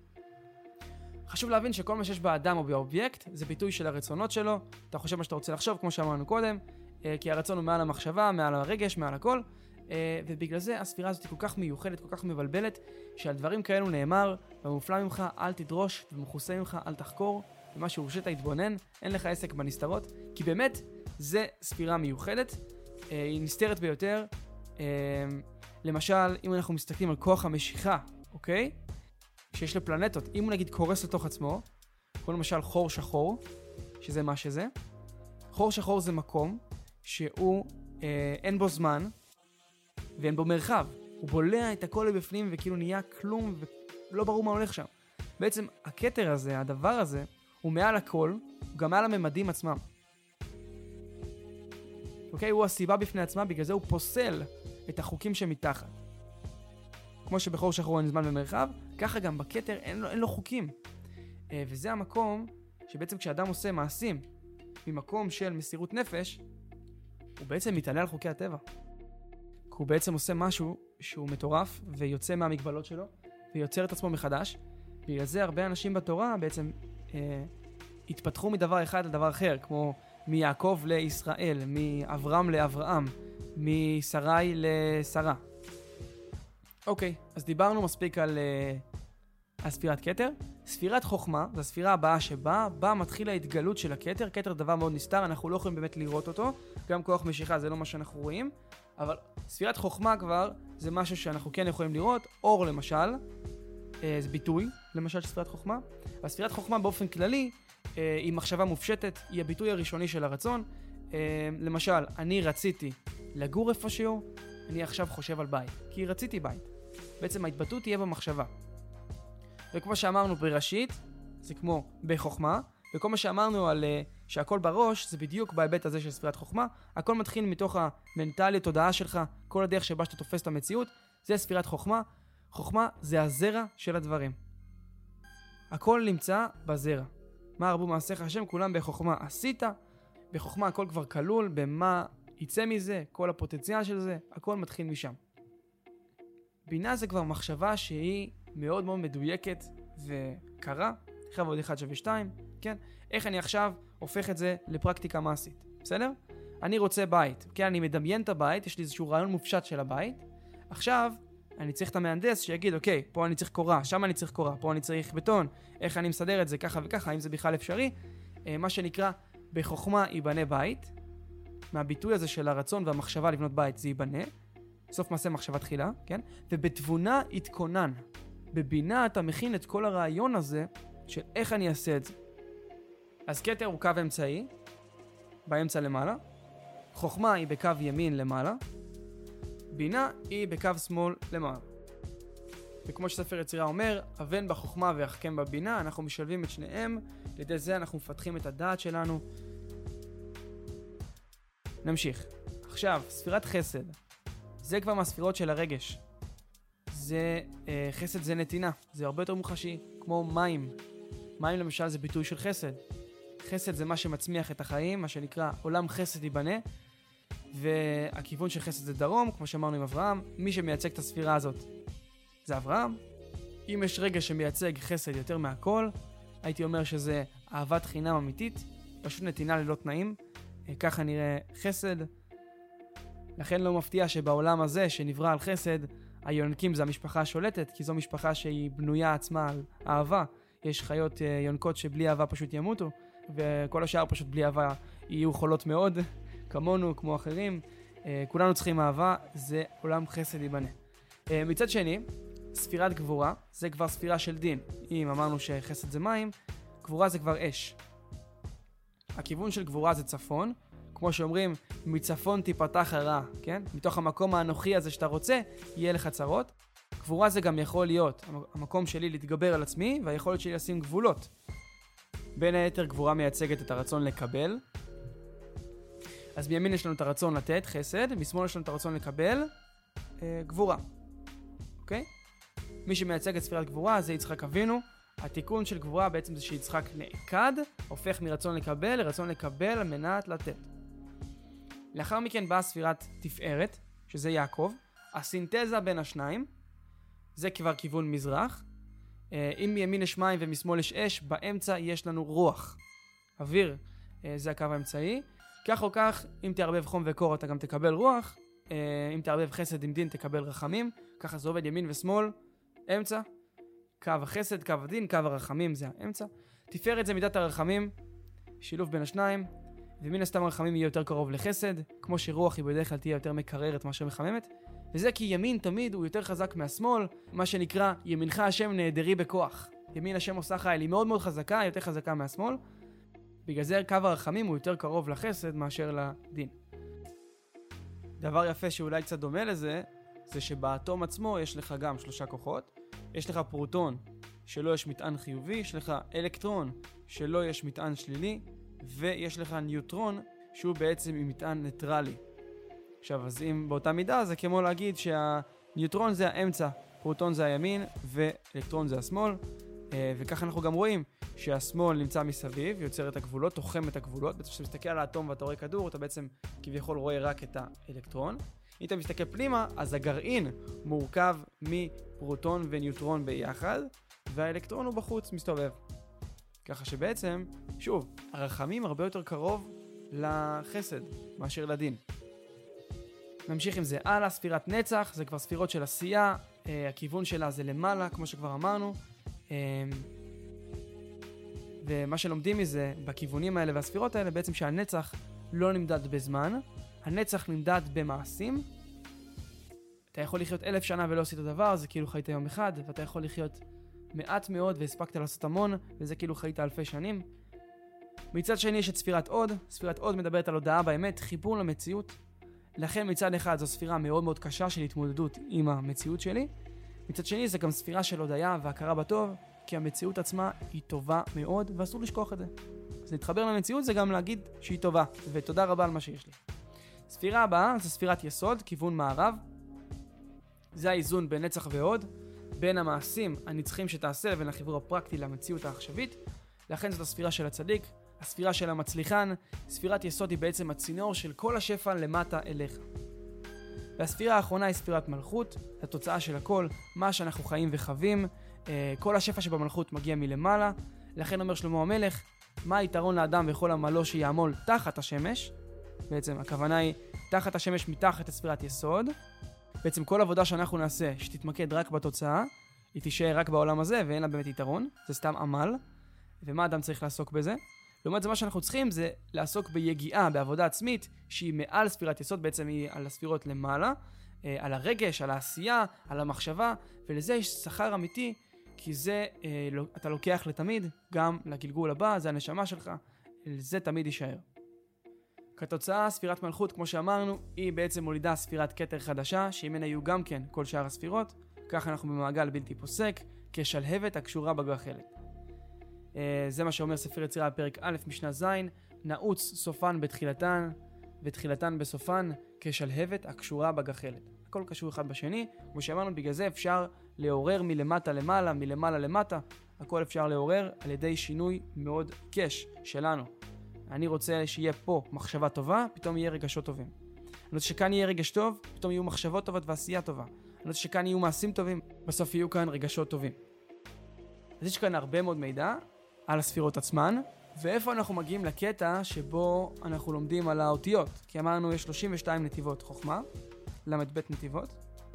חשוב להבין שכל מה שיש באדם או באובייקט זה ביטוי של הרצונות שלו. אתה חושב מה שאתה רוצה לחשוב, כמו שאמרנו קודם, כי הרצון הוא מעל המחשבה, מעל הרגש, מעל הכל. ובגלל זה הספירה הזאת היא כל כך מיוחדת, כל כך מבלבלת, שעל דברים כאלו נאמר, במופלא ממך אל תדרוש, ומחוסה ממך אל תחקור, ומה שהורשית התבונן, אין לך עסק בנסתרות, כי באמת זה ספירה מיוחדת, היא נסתרת ביותר. למשל, אם אנחנו מסתכלים על כוח המשיכה, אוקיי? שיש לפלנטות, אם הוא נגיד קורס לתוך עצמו, כמו למשל חור שחור, שזה מה שזה, חור שחור זה מקום שהוא אה, אין בו זמן ואין בו מרחב, הוא בולע את הכל לבפנים וכאילו נהיה כלום ולא ברור מה הולך שם. בעצם הכתר הזה, הדבר הזה, הוא מעל הכל, הוא גם מעל הממדים עצמם. אוקיי? הוא הסיבה בפני עצמה, בגלל זה הוא פוסל את החוקים שמתחת. כמו שבחור שחור אין זמן ומרחב, ככה גם בכתר אין לו, אין לו חוקים. אה, וזה המקום שבעצם כשאדם עושה מעשים ממקום של מסירות נפש, הוא בעצם מתעלה על חוקי הטבע. כי הוא בעצם עושה משהו שהוא מטורף ויוצא מהמגבלות שלו, ויוצר את עצמו מחדש. בגלל זה הרבה אנשים בתורה בעצם אה, התפתחו מדבר אחד לדבר אחר, כמו מיעקב לישראל, מאברהם לאברהם, משרי לשרה. אוקיי, אז דיברנו מספיק על, uh, על ספירת כתר. ספירת חוכמה, זו הספירה הבאה שבה, בה מתחילה ההתגלות של הכתר. כתר דבר מאוד נסתר, אנחנו לא יכולים באמת לראות אותו. גם כוח משיכה זה לא מה שאנחנו רואים. אבל ספירת חוכמה כבר זה משהו שאנחנו כן יכולים לראות. אור למשל, אה, זה ביטוי למשל של ספירת חוכמה. אבל ספירת חוכמה באופן כללי אה, היא מחשבה מופשטת, היא הביטוי הראשוני של הרצון. אה, למשל, אני רציתי לגור איפשהו, אני עכשיו חושב על בית, כי רציתי בית. בעצם ההתבטאות תהיה במחשבה. וכמו שאמרנו בראשית, זה כמו בחוכמה, וכל מה שאמרנו על uh, שהכל בראש, זה בדיוק בהיבט הזה של ספירת חוכמה. הכל מתחיל מתוך המנטליות, תודעה שלך, כל הדרך שבה שאתה תופס את המציאות, זה ספירת חוכמה. חוכמה זה הזרע של הדברים. הכל נמצא בזרע. מה רבו מעשיך השם, כולם בחוכמה עשית. בחוכמה הכל כבר כלול, במה יצא מזה, כל הפוטנציאל של זה, הכל מתחיל משם. בינה זה כבר מחשבה שהיא מאוד מאוד מדויקת וקרה. אחד ועוד אחד שווה שתיים, כן? איך אני עכשיו הופך את זה לפרקטיקה מעשית, בסדר? אני רוצה בית, כן? אני מדמיין את הבית, יש לי איזשהו רעיון מופשט של הבית. עכשיו, אני צריך את המהנדס שיגיד, אוקיי, פה אני צריך קורה, שם אני צריך קורה, פה אני צריך בטון, איך אני מסדר את זה ככה וככה, האם זה בכלל אפשרי? מה שנקרא, בחוכמה ייבנה בית, מהביטוי הזה של הרצון והמחשבה לבנות בית, זה ייבנה, סוף מעשה מחשבה תחילה, כן? ובתבונה התכונן. בבינה אתה מכין את כל הרעיון הזה של איך אני אעשה את זה. אז כתר הוא קו אמצעי, באמצע למעלה, חוכמה היא בקו ימין למעלה, בינה היא בקו שמאל למעלה. וכמו שספר יצירה אומר, אבן בחוכמה ויחכם בבינה, אנחנו משלבים את שניהם, לידי זה אנחנו מפתחים את הדעת שלנו. נמשיך. עכשיו, ספירת חסד. זה כבר מהספירות של הרגש. זה, אה, חסד זה נתינה. זה הרבה יותר מוחשי, כמו מים. מים למשל זה ביטוי של חסד. חסד זה מה שמצמיח את החיים, מה שנקרא עולם חסד ייבנה. והכיוון של חסד זה דרום, כמו שאמרנו עם אברהם. מי שמייצג את הספירה הזאת זה אברהם. אם יש רגש שמייצג חסד יותר מהכל, הייתי אומר שזה אהבת חינם אמיתית, פשוט נתינה ללא תנאים. ככה נראה חסד. לכן לא מפתיע שבעולם הזה שנברא על חסד, היונקים זה המשפחה השולטת, כי זו משפחה שהיא בנויה עצמה על אהבה. יש חיות יונקות שבלי אהבה פשוט ימותו, וכל השאר פשוט בלי אהבה יהיו חולות מאוד, כמונו, כמו אחרים. כולנו צריכים אהבה, זה עולם חסד ייבנה. מצד שני, ספירת גבורה, זה כבר ספירה של דין. אם אמרנו שחסד זה מים, גבורה זה כבר אש. הכיוון של גבורה זה צפון, כמו שאומרים, מצפון תיפתח הרע, כן? מתוך המקום האנוכי הזה שאתה רוצה, יהיה לך צרות. גבורה זה גם יכול להיות המקום שלי להתגבר על עצמי, והיכולת שלי לשים גבולות. בין היתר גבורה מייצגת את הרצון לקבל. אז בימין יש לנו את הרצון לתת, חסד, משמאל יש לנו את הרצון לקבל, אה, גבורה. אוקיי? מי שמייצג את ספירת גבורה זה יצחק אבינו. התיקון של גבורה בעצם זה שיצחק נעקד, הופך מרצון לקבל לרצון לקבל על מנת לתת. לאחר מכן באה ספירת תפארת, שזה יעקב. הסינתזה בין השניים, זה כבר כיוון מזרח. אם מימין יש מים ומשמאל יש אש, באמצע יש לנו רוח. אוויר, זה הקו האמצעי. כך או כך, אם תערבב חום וקור אתה גם תקבל רוח. אם תערבב חסד עם דין תקבל רחמים. ככה זה עובד ימין ושמאל, אמצע. קו החסד, קו הדין, קו הרחמים זה האמצע. תפארת זה מידת הרחמים, שילוב בין השניים. ומן הסתם הרחמים יהיה יותר קרוב לחסד, כמו שרוח היא בדרך כלל תהיה יותר מקררת מאשר מחממת. וזה כי ימין תמיד הוא יותר חזק מהשמאל, מה שנקרא ימינך השם נהדרי בכוח. ימין השם עושה חיל, היא מאוד מאוד חזקה, יותר חזקה מהשמאל. בגלל זה קו הרחמים הוא יותר קרוב לחסד מאשר לדין. דבר יפה שאולי קצת דומה לזה, זה שבאטום עצמו יש לך גם שלושה כוחות. יש לך פרוטון שלא יש מטען חיובי, יש לך אלקטרון שלא יש מטען שלילי, ויש לך ניוטרון שהוא בעצם עם מטען ניטרלי. עכשיו, אז אם באותה מידה זה כמו להגיד שהניוטרון זה האמצע, פרוטון זה הימין ואלקטרון זה השמאל, וככה אנחנו גם רואים שהשמאל נמצא מסביב, יוצר את הגבולות, תוחם את הגבולות. בעצם כשאתה מסתכל על האטום ואתה רואה כדור, אתה בעצם כביכול רואה רק את האלקטרון. אם אתה מסתכל פנימה, אז הגרעין מורכב מפרוטון וניוטרון ביחד, והאלקטרון הוא בחוץ, מסתובב. ככה שבעצם, שוב, הרחמים הרבה יותר קרוב לחסד מאשר לדין. נמשיך עם זה הלאה, ספירת נצח, זה כבר ספירות של עשייה, אה, הכיוון שלה זה למעלה, כמו שכבר אמרנו. אה, ומה שלומדים מזה, בכיוונים האלה והספירות האלה, בעצם שהנצח לא נמדד בזמן, הנצח נמדד במעשים, אתה יכול לחיות אלף שנה ולא עשית דבר, זה כאילו חיית יום אחד, ואתה יכול לחיות מעט מאוד והספקת לעשות המון, וזה כאילו חיית אלפי שנים. מצד שני יש את ספירת עוד, ספירת עוד מדברת על הודעה באמת, חיבור למציאות. לכן מצד אחד זו ספירה מאוד מאוד קשה של התמודדות עם המציאות שלי. מצד שני זה גם ספירה של הודעה והכרה בטוב, כי המציאות עצמה היא טובה מאוד ואסור לשכוח את זה. אז להתחבר למציאות זה גם להגיד שהיא טובה, ותודה רבה על מה שיש לי. ספירה הבאה זה ספירת יסוד, כיוון מערב. זה האיזון בין נצח ועוד, בין המעשים הנצחים שתעשה לבין החיבור הפרקטי למציאות העכשווית. לכן זאת הספירה של הצדיק, הספירה של המצליחן. ספירת יסוד היא בעצם הצינור של כל השפע למטה אליך. והספירה האחרונה היא ספירת מלכות, התוצאה של הכל, מה שאנחנו חיים וחווים. כל השפע שבמלכות מגיע מלמעלה. לכן אומר שלמה המלך, מה היתרון לאדם וכל עמלו שיעמול תחת השמש? בעצם הכוונה היא תחת השמש מתחת לספירת יסוד. בעצם כל עבודה שאנחנו נעשה שתתמקד רק בתוצאה, היא תישאר רק בעולם הזה ואין לה באמת יתרון, זה סתם עמל. ומה אדם צריך לעסוק בזה? לעומת זה מה שאנחנו צריכים זה לעסוק ביגיעה, בעבודה עצמית שהיא מעל ספירת יסוד, בעצם היא על הספירות למעלה, על הרגש, על העשייה, על המחשבה, ולזה יש שכר אמיתי, כי זה אתה לוקח לתמיד, גם לגלגול הבא, זה הנשמה שלך, זה תמיד יישאר. כתוצאה, ספירת מלכות, כמו שאמרנו, היא בעצם מולידה ספירת כתר חדשה, שימנה יהיו גם כן כל שאר הספירות, כך אנחנו במעגל בלתי פוסק, כשלהבת הקשורה בגחלת. זה מה שאומר ספר יצירה בפרק א' משנה ז', נעוץ סופן בתחילתן ותחילתן בסופן כשלהבת הקשורה בגחלת. הכל קשור אחד בשני, כמו שאמרנו, בגלל זה אפשר לעורר מלמטה למעלה, מלמעלה למטה, הכל אפשר לעורר על ידי שינוי מאוד קש שלנו. אני רוצה שיהיה פה מחשבה טובה, פתאום יהיה רגשות טובים. אני רוצה שכאן יהיה רגש טוב, פתאום יהיו מחשבות טובות ועשייה טובה. אני רוצה שכאן יהיו מעשים טובים, בסוף יהיו כאן רגשות טובים. אז יש כאן הרבה מאוד מידע על הספירות עצמן, ואיפה אנחנו מגיעים לקטע שבו אנחנו לומדים על האותיות. כי אמרנו יש שלושים ושתיים נתיבות חוכמה, למד בית נתיבות,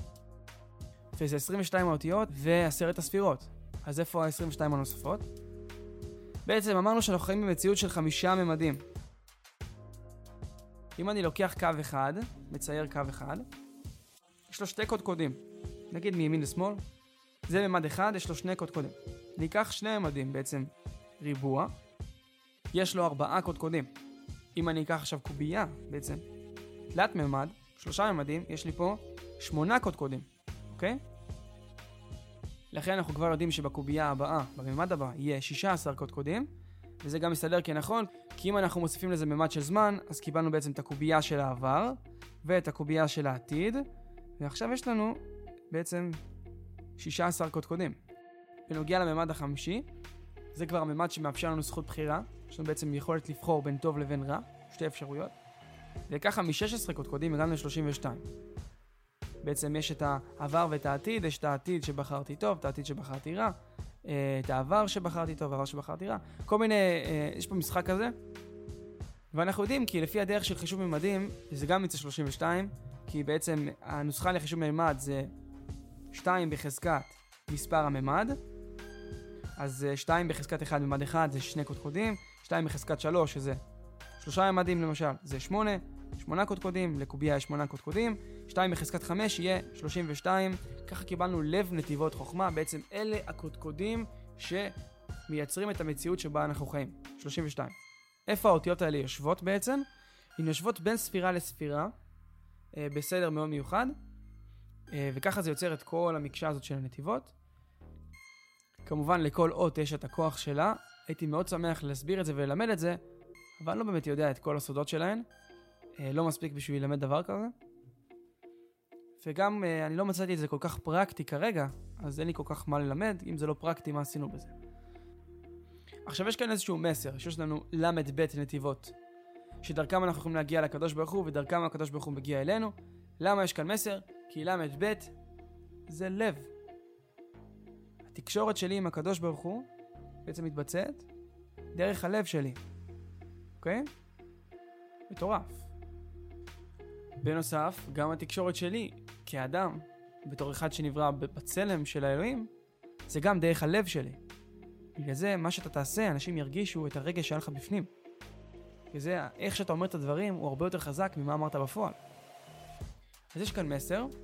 וזה עשרים ושתיים האותיות ועשרת הספירות. אז איפה ה-עשרים ושתיים הנוספות? בעצם אמרנו שאנחנו חיים במציאות של חמישה ממדים. אם אני לוקח קו אחד, מצייר קו אחד, יש לו שתי קודקודים. נגיד מימין לשמאל, זה ממד אחד, יש לו שני קודקודים. אני אקח שני ממדים, בעצם ריבוע, יש לו ארבעה קודקודים. אם אני אקח עכשיו קובייה, בעצם תלת ממד, שלושה ממדים, יש לי פה שמונה קודקודים, אוקיי? לכן אנחנו כבר יודעים שבקובייה הבאה, בממד הבא, יהיה שישה עשר קודקודים, וזה גם מסתדר כנכון, כי אם אנחנו מוסיפים לזה ממד של זמן, אז קיבלנו בעצם את הקובייה של העבר, ואת הקובייה של העתיד, ועכשיו יש לנו בעצם שישה עשר קודקודים. בנוגע לממד החמישי, זה כבר הממד שמאפשר לנו זכות בחירה, יש לנו בעצם יכולת לבחור בין טוב לבין רע, שתי אפשרויות, וככה מ-שש עשרה קודקודים הגענו ל-שלושים ושתיים. בעצם יש את העבר ואת העתיד, יש את העתיד שבחרתי טוב, את העתיד שבחרתי רע, את העבר שבחרתי טוב, העבר שבחרתי רע, כל מיני, יש פה משחק כזה, ואנחנו יודעים כי לפי הדרך של חישוב ממדים, זה גם יצא שלושים ושתיים, כי בעצם הנוסחה לחישוב ממד זה שתיים בחזקת מספר הממד, אז שתיים בחזקת אחד ממד אחד זה שני קודקודים, שתיים בחזקת שלוש שזה שלושה ממדים למשל, זה שמונה, שמונה קודקודים, לקובייה יש שמונה קודקודים, שתיים בחזקת חמש יהיה שלושים ושתיים, ככה קיבלנו לב נתיבות חוכמה, בעצם אלה הקודקודים שמייצרים את המציאות שבה אנחנו חיים, שלושים ושתיים. איפה האותיות האלה יושבות בעצם? הן יושבות בין ספירה לספירה, אה, בסדר מאוד מיוחד, אה, וככה זה יוצר את כל המקשה הזאת של הנתיבות. כמובן לכל אות יש את הכוח שלה, הייתי מאוד שמח להסביר את זה וללמד את זה, אבל אני לא באמת יודע את כל הסודות שלהן, לא מספיק בשביל ללמד דבר כזה. וגם אני לא מצאתי את זה כל כך פרקטי כרגע, אז אין לי כל כך מה ללמד, אם זה לא פרקטי מה עשינו בזה. עכשיו יש כאן איזשהו מסר, שיש לנו למד בית נתיבות, שדרכם אנחנו יכולים להגיע לקדוש ברוך הוא, ודרכם הקדוש ברוך הוא מגיע אלינו. למה יש כאן מסר? כי למד בית זה לב. התקשורת שלי עם הקדוש ברוך הוא בעצם מתבצעת דרך הלב שלי. אוקיי? מטורף. בנוסף, גם התקשורת שלי כאדם, בתור אחד שנברא בצלם של האלוהים, זה גם דרך הלב שלי. בגלל זה, מה שאתה תעשה, אנשים ירגישו את הרגש שלך בפנים. בגלל זה, איך שאתה אומר את הדברים, הוא הרבה יותר חזק ממה אמרת בפועל. אז יש כאן מסר,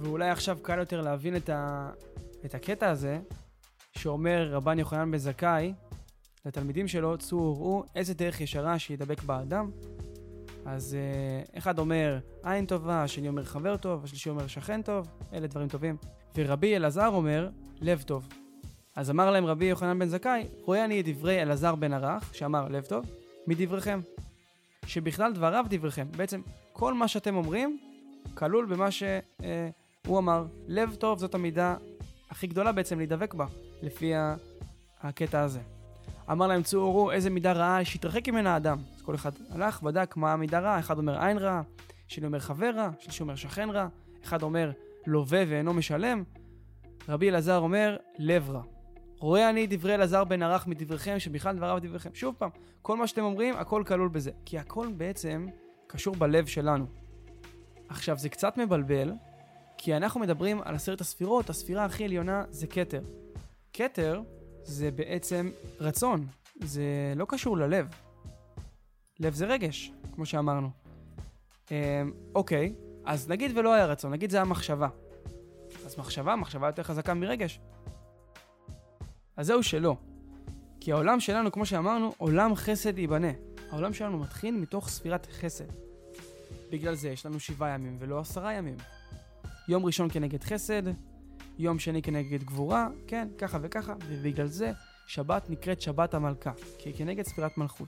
ואולי עכשיו קל יותר להבין את, ה... את הקטע הזה, שאומר רבן יוחנן בן זכאי, לתלמידים שלו, צאו וראו איזה דרך ישרה שידבק באדם. אז uh, אחד אומר עין טובה, השני אומר חבר טוב, השלישי אומר שכן טוב, אלה דברים טובים. ורבי אלעזר אומר לב טוב. אז אמר להם רבי יוחנן בן זכאי, רואה אני את דברי אלעזר בן ערך, שאמר לב טוב, מדבריכם. שבכלל דבריו דבריכם. בעצם כל מה שאתם אומרים, כלול במה שהוא uh, אמר. לב טוב זאת המידה הכי גדולה בעצם להידבק בה, לפי הקטע הזה. אמר להם צאו וראו איזה מידה רעה שהתרחק ממנה האדם. אז כל אחד הלך, בדק מה המידה רעה. אחד אומר עין רע, שני אומר חבר רע, שלישי אומר שכן רע, אחד אומר לווה ואינו משלם. רבי אלעזר אומר לב רע. רואה אני דברי אלעזר בן ערך מדבריכם, שבכלל דבריו דבריכם. שוב פעם, כל מה שאתם אומרים, הכל כלול בזה. כי הכל בעצם קשור בלב שלנו. עכשיו, זה קצת מבלבל, כי אנחנו מדברים על עשרת הספירות. הספירה הכי עליונה זה כתר. כתר זה בעצם רצון. זה לא קשור ללב. לב זה רגש, כמו שאמרנו. אוקיי, אז נגיד ולא היה רצון, נגיד זה המחשבה. אז מחשבה, מחשבה יותר חזקה מרגש. אז זהו שלא. כי העולם שלנו, כמו שאמרנו, עולם חסד ייבנה. העולם שלנו מתחיל מתוך ספירת חסד. בגלל זה יש לנו שבעה ימים ולא עשרה ימים. יום ראשון כנגד חסד, יום שני כנגד גבורה, כן, ככה וככה, ובגלל זה שבת נקראת שבת המלכה, כי היא כנגד ספירת מלכות.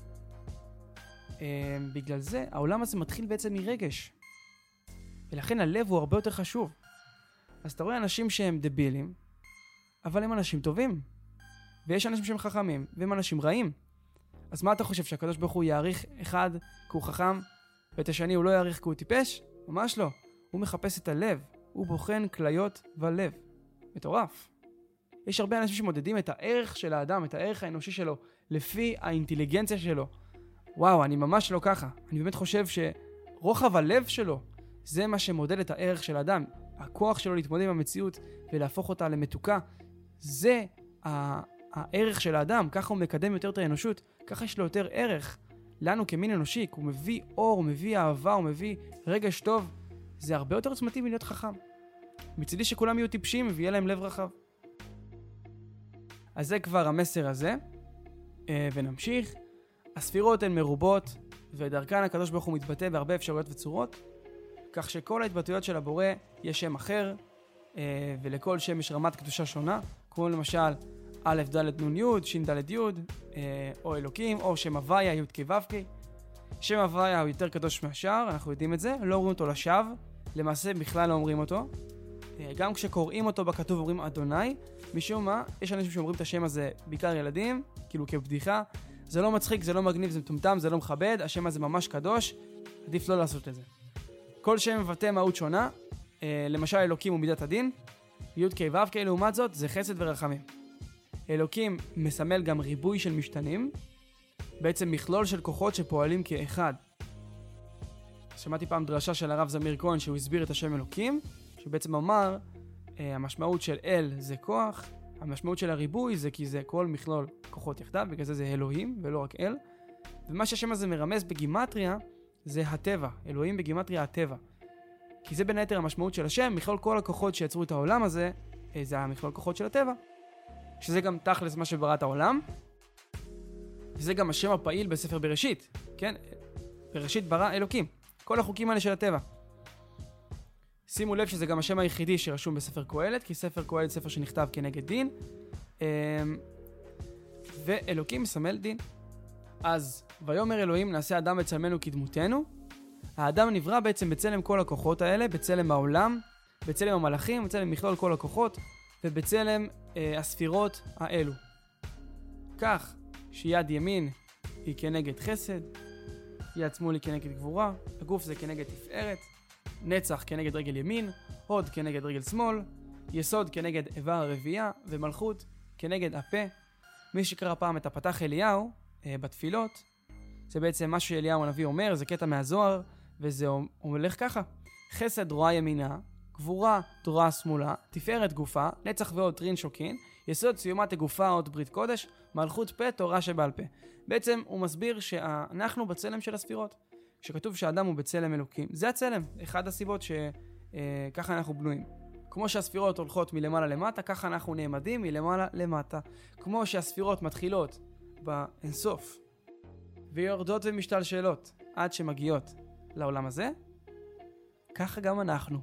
בגלל זה העולם הזה מתחיל בעצם מרגש. ולכן הלב הוא הרבה יותר חשוב. אז אתה רואה אנשים שהם דבילים, אבל הם אנשים טובים. ויש אנשים שהם חכמים, והם אנשים רעים. אז מה אתה חושב, שהקדוש ברוך הוא יעריך אחד כי הוא חכם, ואת השני הוא לא יעריך כי הוא טיפש? ממש לא. הוא מחפש את הלב. הוא בוחן כליות ולב. מטורף. יש הרבה אנשים שמודדים את הערך של האדם, את הערך האנושי שלו, לפי האינטליגנציה שלו. וואו, אני ממש לא ככה. אני באמת חושב שרוחב הלב שלו, זה מה שמודד את הערך של האדם. הכוח שלו להתמודד עם המציאות ולהפוך אותה למתוקה, זה הערך של האדם. ככה הוא מקדם יותר את האנושות, ככה יש לו יותר ערך. לנו כמין אנושי, הוא מביא אור, הוא מביא אהבה, הוא מביא רגש טוב. זה הרבה יותר עוצמתי מלהיות חכם. מצידי שכולם יהיו טיפשים ויהיה להם לב רחב. אז זה כבר המסר הזה. ונמשיך. הספירות הן מרובות, ודרכן הקדוש ברוך הוא מתבטא בהרבה אפשרויות וצורות, כך שכל ההתבטאויות של הבורא יש שם אחר, ולכל שם יש רמת קדושה שונה, כמו למשל א' ד' נ' י', ש' ד' י', או אלוקים, או שם הוויה, י' כ' ו' כ'. שם הוויה הוא יותר קדוש מהשאר, אנחנו יודעים את זה, לא אומרים אותו לשווא, למעשה בכלל לא אומרים אותו. גם כשקוראים אותו בכתוב אומרים אדוני, משום מה, יש אנשים שאומרים את השם הזה בעיקר ילדים, כאילו כבדיחה, זה לא מצחיק, זה לא מגניב, זה מטומטם, זה לא מכבד, השם הזה ממש קדוש, עדיף לא לעשות את זה. כל שם מבטא מהות שונה, אה, למשל אלוקים הוא מידת הדין, י' כ' ו' כ' לעומת זאת זה חסד ורחמים. אלוקים מסמל גם ריבוי של משתנים, בעצם מכלול של כוחות שפועלים כאחד. שמעתי פעם דרשה של הרב זמיר כהן שהוא הסביר את השם אלוקים, שבעצם אמר, אה, המשמעות של אל זה כוח, המשמעות של הריבוי זה כי זה כל מכלול כוחות יחדיו, בגלל זה זה אלוהים ולא רק אל. ומה שהשם הזה מרמז בגימטריה זה הטבע, אלוהים בגימטריה הטבע. כי זה בין היתר המשמעות של השם, מכלול כל הכוחות שיצרו את העולם הזה, זה המכלול כוחות של הטבע. שזה גם תכלס מה שברא את העולם. וזה גם השם הפעיל בספר בראשית, כן? בראשית ברא אלוקים. כל החוקים האלה של הטבע. שימו לב שזה גם השם היחידי שרשום בספר קהלת, כי ספר קהלת ספר שנכתב כנגד דין, ואלוקים מסמל דין. אז ויאמר אלוהים נעשה אדם בצלמנו כדמותנו. האדם נברא בעצם בצלם כל הכוחות האלה, בצלם העולם, בצלם המלאכים, בצלם מכלול כל הכוחות, ובצלם אה, הספירות האלו. כך שיד ימין היא כנגד חסד, יד שמאל היא כנגד גבורה, הגוף זה כנגד תפארת, נצח כנגד רגל ימין, הוד כנגד רגל שמאל, יסוד כנגד איבר הרביעייה, ומלכות כנגד הפה. מי שקרא פעם את הפתח אליהו אה, בתפילות, זה בעצם מה שאליהו הנביא אומר, זה קטע מהזוהר, וזה הולך ככה: חסד רואה ימינה, גבורה תורה שמאלה, תפארת גופה, נצח ועוד טרין שוקין, יסוד סיומת הגופה עוד ברית קודש, מלכות פה תורה שבעל פה. בעצם הוא מסביר שאנחנו בצלם של הספירות. כשכתוב שהאדם הוא בצלם אלוקים, זה הצלם. אחד הסיבות אה, ככה אנחנו בנויים. כמו שהספירות הולכות מלמעלה למטה, ככה אנחנו נעמדים מלמעלה למטה. כמו שהספירות מתחילות באינסוף, ויורדות ומשתלשלות עד שמגיעות לעולם הזה, ככה גם אנחנו.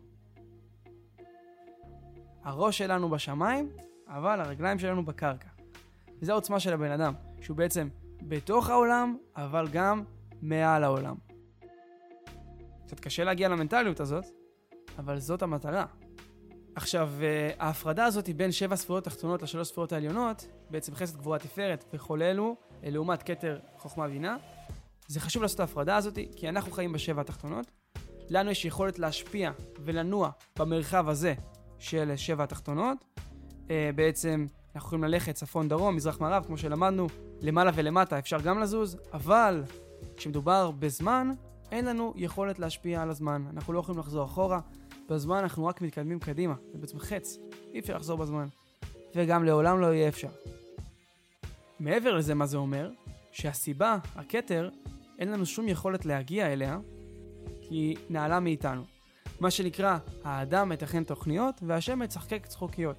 הראש שלנו בשמיים, אבל הרגליים שלנו בקרקע. וזו העוצמה של הבן אדם, שהוא בעצם בתוך העולם, אבל גם מעל העולם. קצת קשה להגיע למנטליות הזאת, אבל זאת המטרה. עכשיו, ההפרדה הזאת היא בין שבע ספירות תחתונות לשלוש ספירות העליונות, בעצם חסד גבורה תפארת וכל אלו, לעומת כתר חוכמה בינה. זה חשוב לעשות את ההפרדה הזאת, כי אנחנו חיים בשבע התחתונות. לנו יש יכולת להשפיע ולנוע במרחב הזה של שבע התחתונות. בעצם אנחנו יכולים ללכת צפון דרום, מזרח מערב, כמו שלמדנו, למעלה ולמטה אפשר גם לזוז, אבל כשמדובר בזמן, אין לנו יכולת להשפיע על הזמן. אנחנו לא יכולים לחזור אחורה. בזמן אנחנו רק מתקדמים קדימה. זה בעצם חץ. אי אפשר לחזור בזמן. וגם לעולם לא יהיה אפשר. מעבר לזה, מה זה אומר? שהסיבה, הכתר, אין לנו שום יכולת להגיע אליה, כי היא נעלה מאיתנו. מה שנקרא, האדם מתכן תוכניות, והשם מצחקק צחוקיות.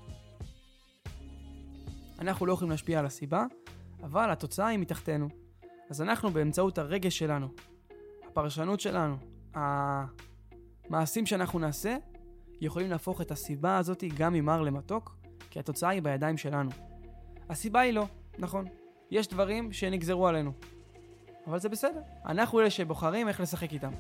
אנחנו לא יכולים להשפיע על הסיבה, אבל התוצאה היא מתחתנו. אז אנחנו באמצעות הרגש שלנו, הפרשנות שלנו, המעשים שאנחנו נעשה, יכולים להפוך את הסיבה הזאת גם ממר למתוק, כי התוצאה היא בידיים שלנו. הסיבה היא לא, נכון. יש דברים שנגזרו עלינו. אבל זה בסדר. אנחנו אלה שבוחרים איך לשחק איתם.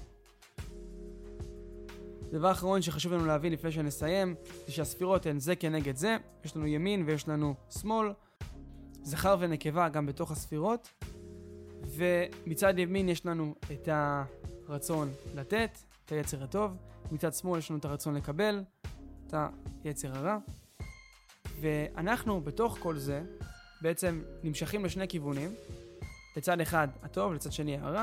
דבר אחרון שחשוב לנו להבין לפני שנסיים, זה שהספירות הן זה כנגד זה. יש לנו ימין ויש לנו שמאל. זכר ונקבה גם בתוך הספירות. ומצד ימין יש לנו את הרצון לתת, את היצר הטוב. מצד שמאל יש לנו את הרצון לקבל, את היצר הרע. ואנחנו בתוך כל זה בעצם נמשכים לשני כיוונים. לצד אחד הטוב, לצד שני הרע.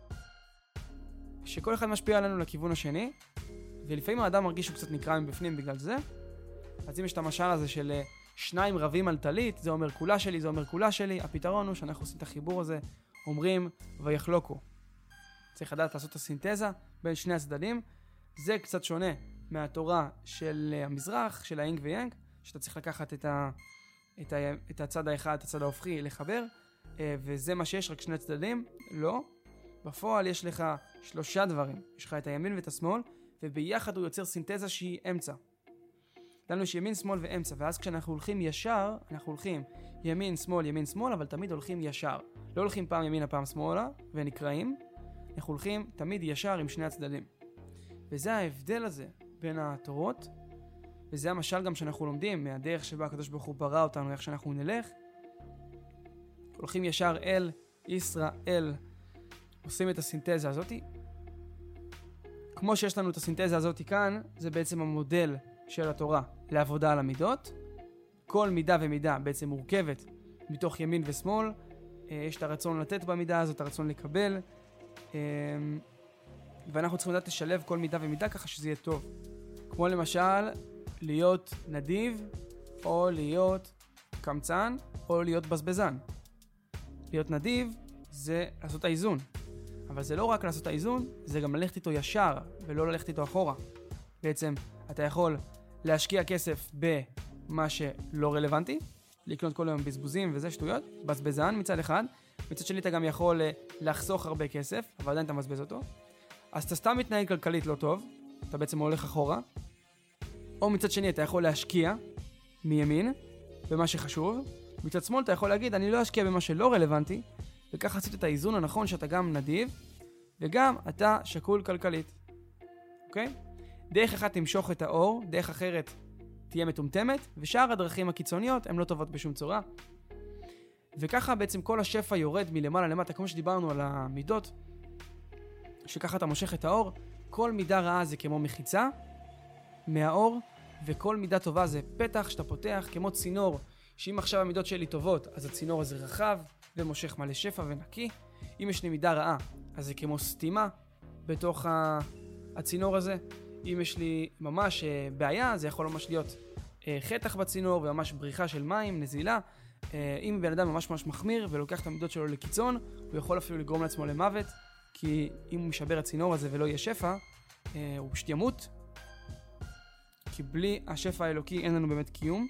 שכל אחד משפיע עלינו לכיוון השני. ולפעמים האדם מרגיש שהוא קצת נקרע מבפנים בגלל זה. אז אם יש את המשל הזה של שניים רבים על טלית, זה אומר כולה שלי, זה אומר כולה שלי. הפתרון הוא שאנחנו עושים את החיבור הזה, אומרים ויחלוקו. צריך לדעת לעשות את הסינתזה בין שני הצדדים. זה קצת שונה מהתורה של המזרח, של האינג ויאנג, שאתה צריך לקחת את, ה, את, ה, את הצד האחד, את הצד ההופכי, לחבר, וזה מה שיש, רק שני צדדים. לא. בפועל יש לך שלושה דברים. יש לך את הימין ואת השמאל, וביחד הוא יוצר סינתזה שהיא אמצע. לנו יש ימין, שמאל ואמצע, ואז כשאנחנו הולכים ישר, אנחנו הולכים ימין, שמאל, ימין, שמאל, אבל תמיד הולכים ישר. לא הולכים פעם ימינה, פעם שמאלה, ונקראים. אנחנו הולכים תמיד ישר עם שני הצדדים. וזה ההבדל הזה בין התורות, וזה המשל גם שאנחנו לומדים מהדרך שבה הקדוש ברוך הוא ברא אותנו, איך שאנחנו נלך. הולכים ישר אל ישראל, עושים את הסינתזה הזאת. כמו שיש לנו את הסינתזה הזאת כאן, זה בעצם המודל של התורה לעבודה על המידות. כל מידה ומידה בעצם מורכבת מתוך ימין ושמאל. יש את הרצון לתת במידה הזאת, הרצון לקבל. ואנחנו צריכים לדעת לשלב כל מידה ומידה ככה שזה יהיה טוב. כמו למשל, להיות נדיב, או להיות קמצן, או להיות בזבזן. להיות נדיב זה לעשות האיזון. אבל זה לא רק לעשות האיזון, זה גם ללכת איתו ישר, ולא ללכת איתו אחורה. בעצם, אתה יכול להשקיע כסף במה שלא רלוונטי, לקנות כל היום בזבוזים וזה שטויות, בזבזן מצד אחד, מצד שני אתה גם יכול לחסוך הרבה כסף, אבל עדיין אתה מבזבז אותו. אז אתה סתם מתנהג כלכלית לא טוב, אתה בעצם הולך אחורה, או מצד שני אתה יכול להשקיע מימין במה שחשוב, מצד שמאל אתה יכול להגיד אני לא אשקיע במה שלא רלוונטי, וככה עשית את האיזון הנכון שאתה גם נדיב, וגם אתה שקול כלכלית. אוקיי? דרך אחת תמשוך את האור, דרך אחרת תהיה מטומטמת, ושאר הדרכים הקיצוניות הן לא טובות בשום צורה. וככה בעצם כל השפע יורד מלמעלה למטה, כמו שדיברנו על המידות, שככה אתה מושך את האור, כל מידה רעה זה כמו מחיצה מהאור, וכל מידה טובה זה פתח שאתה פותח, כמו צינור, שאם עכשיו המידות שלי טובות, אז הצינור הזה רחב, ומושך מלא שפע ונקי. אם יש לי מידה רעה, אז זה כמו סתימה בתוך הצינור הזה. אם יש לי ממש בעיה, זה יכול ממש להיות חתך בצינור, וממש בריחה של מים, נזילה. אם בן אדם ממש ממש מחמיר, ולוקח את המידות שלו לקיצון, הוא יכול אפילו לגרום לעצמו למוות, כי אם הוא משבר הצינור הזה ולא יהיה שפע, הוא פשוט ימות. כי בלי השפע האלוקי אין לנו באמת קיום.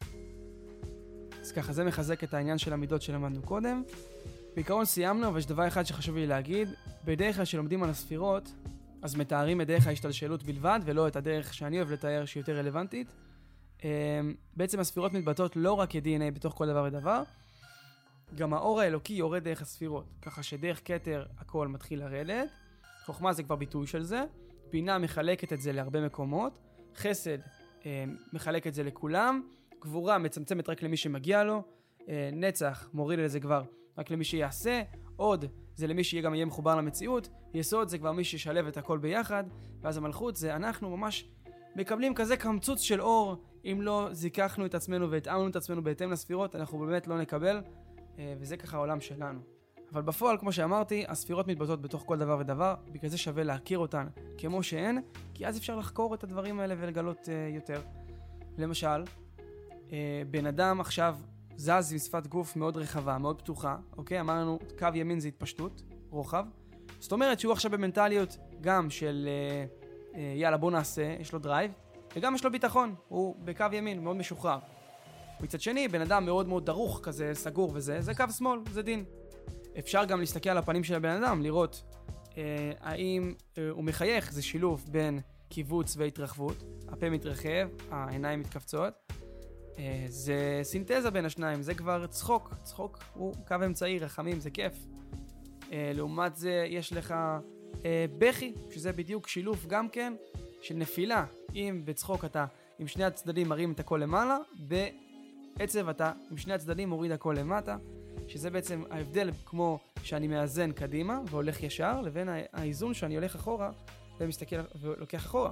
אז ככה, זה מחזק את העניין של המידות שלמדנו קודם. בעיקרון סיימנו, אבל יש דבר אחד שחשוב לי להגיד. בדרך כלל שלומדים על הספירות, אז מתארים את דרך ההשתלשלות בלבד, ולא את הדרך שאני אוהב לתאר שהיא יותר רלוונטית. בעצם הספירות מתבטאות לא רק כ-די אן איי בתוך כל דבר ודבר, גם האור האלוקי יורד דרך הספירות, ככה שדרך כתר הכל מתחיל לרדת. חוכמה זה כבר ביטוי של זה. בינה מחלקת את זה להרבה מקומות. חסד אה, מחלק את זה לכולם. גבורה מצמצמת רק למי שמגיע לו. אה, נצח מוריד את זה כבר רק למי שיעשה. עוד זה למי שיהיה גם יהיה מחובר למציאות. יסוד זה כבר מי שישלב את הכל ביחד. ואז המלכות זה אנחנו ממש מקבלים כזה קמצוץ של אור. אם לא זיככנו את עצמנו והתאמנו את עצמנו בהתאם לספירות, אנחנו באמת לא נקבל. אה, וזה ככה העולם שלנו. אבל בפועל, כמו שאמרתי, הספירות מתבטאות בתוך כל דבר ודבר, בגלל זה שווה להכיר אותן כמו שהן, כי אז אפשר לחקור את הדברים האלה ולגלות uh, יותר. למשל, uh, בן אדם עכשיו זז עם שפת גוף מאוד רחבה, מאוד פתוחה, אוקיי? אמרנו, קו ימין זה התפשטות, רוחב. זאת אומרת שהוא עכשיו במנטליות גם של uh, uh, יאללה בוא נעשה, יש לו דרייב, וגם יש לו ביטחון, הוא בקו ימין, מאוד משוחרר. מצד שני, בן אדם מאוד מאוד דרוך כזה, סגור וזה, זה קו שמאל, זה דין. אפשר גם להסתכל על הפנים של הבן אדם, לראות אה, האם אה, הוא מחייך, זה שילוב בין קיבוץ והתרחבות, הפה מתרחב, העיניים מתכווצות, אה, זה סינתזה בין השניים, זה כבר צחוק, צחוק הוא קו אמצעי, רחמים, זה כיף. אה, לעומת זה יש לך אה, בכי, שזה בדיוק שילוב גם כן של נפילה, אם בצחוק אתה עם שני הצדדים מרים את הכל למעלה, בעצב אתה עם שני הצדדים מוריד הכל למטה, שזה בעצם ההבדל כמו שאני מאזן קדימה והולך ישר, לבין האיזון שאני הולך אחורה ומסתכל ולוקח אחורה.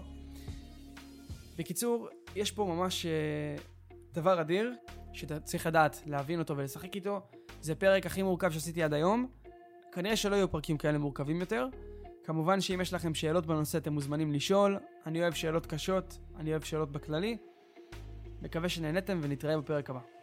בקיצור, יש פה ממש דבר אדיר שאתה צריך לדעת להבין אותו ולשחק איתו. זה פרק הכי מורכב שעשיתי עד היום. כנראה שלא יהיו פרקים כאלה מורכבים יותר. כמובן שאם יש לכם שאלות בנושא אתם מוזמנים לשאול. אני אוהב שאלות קשות, אני אוהב שאלות בכללי. מקווה שנהנתם ונתראה בפרק הבא.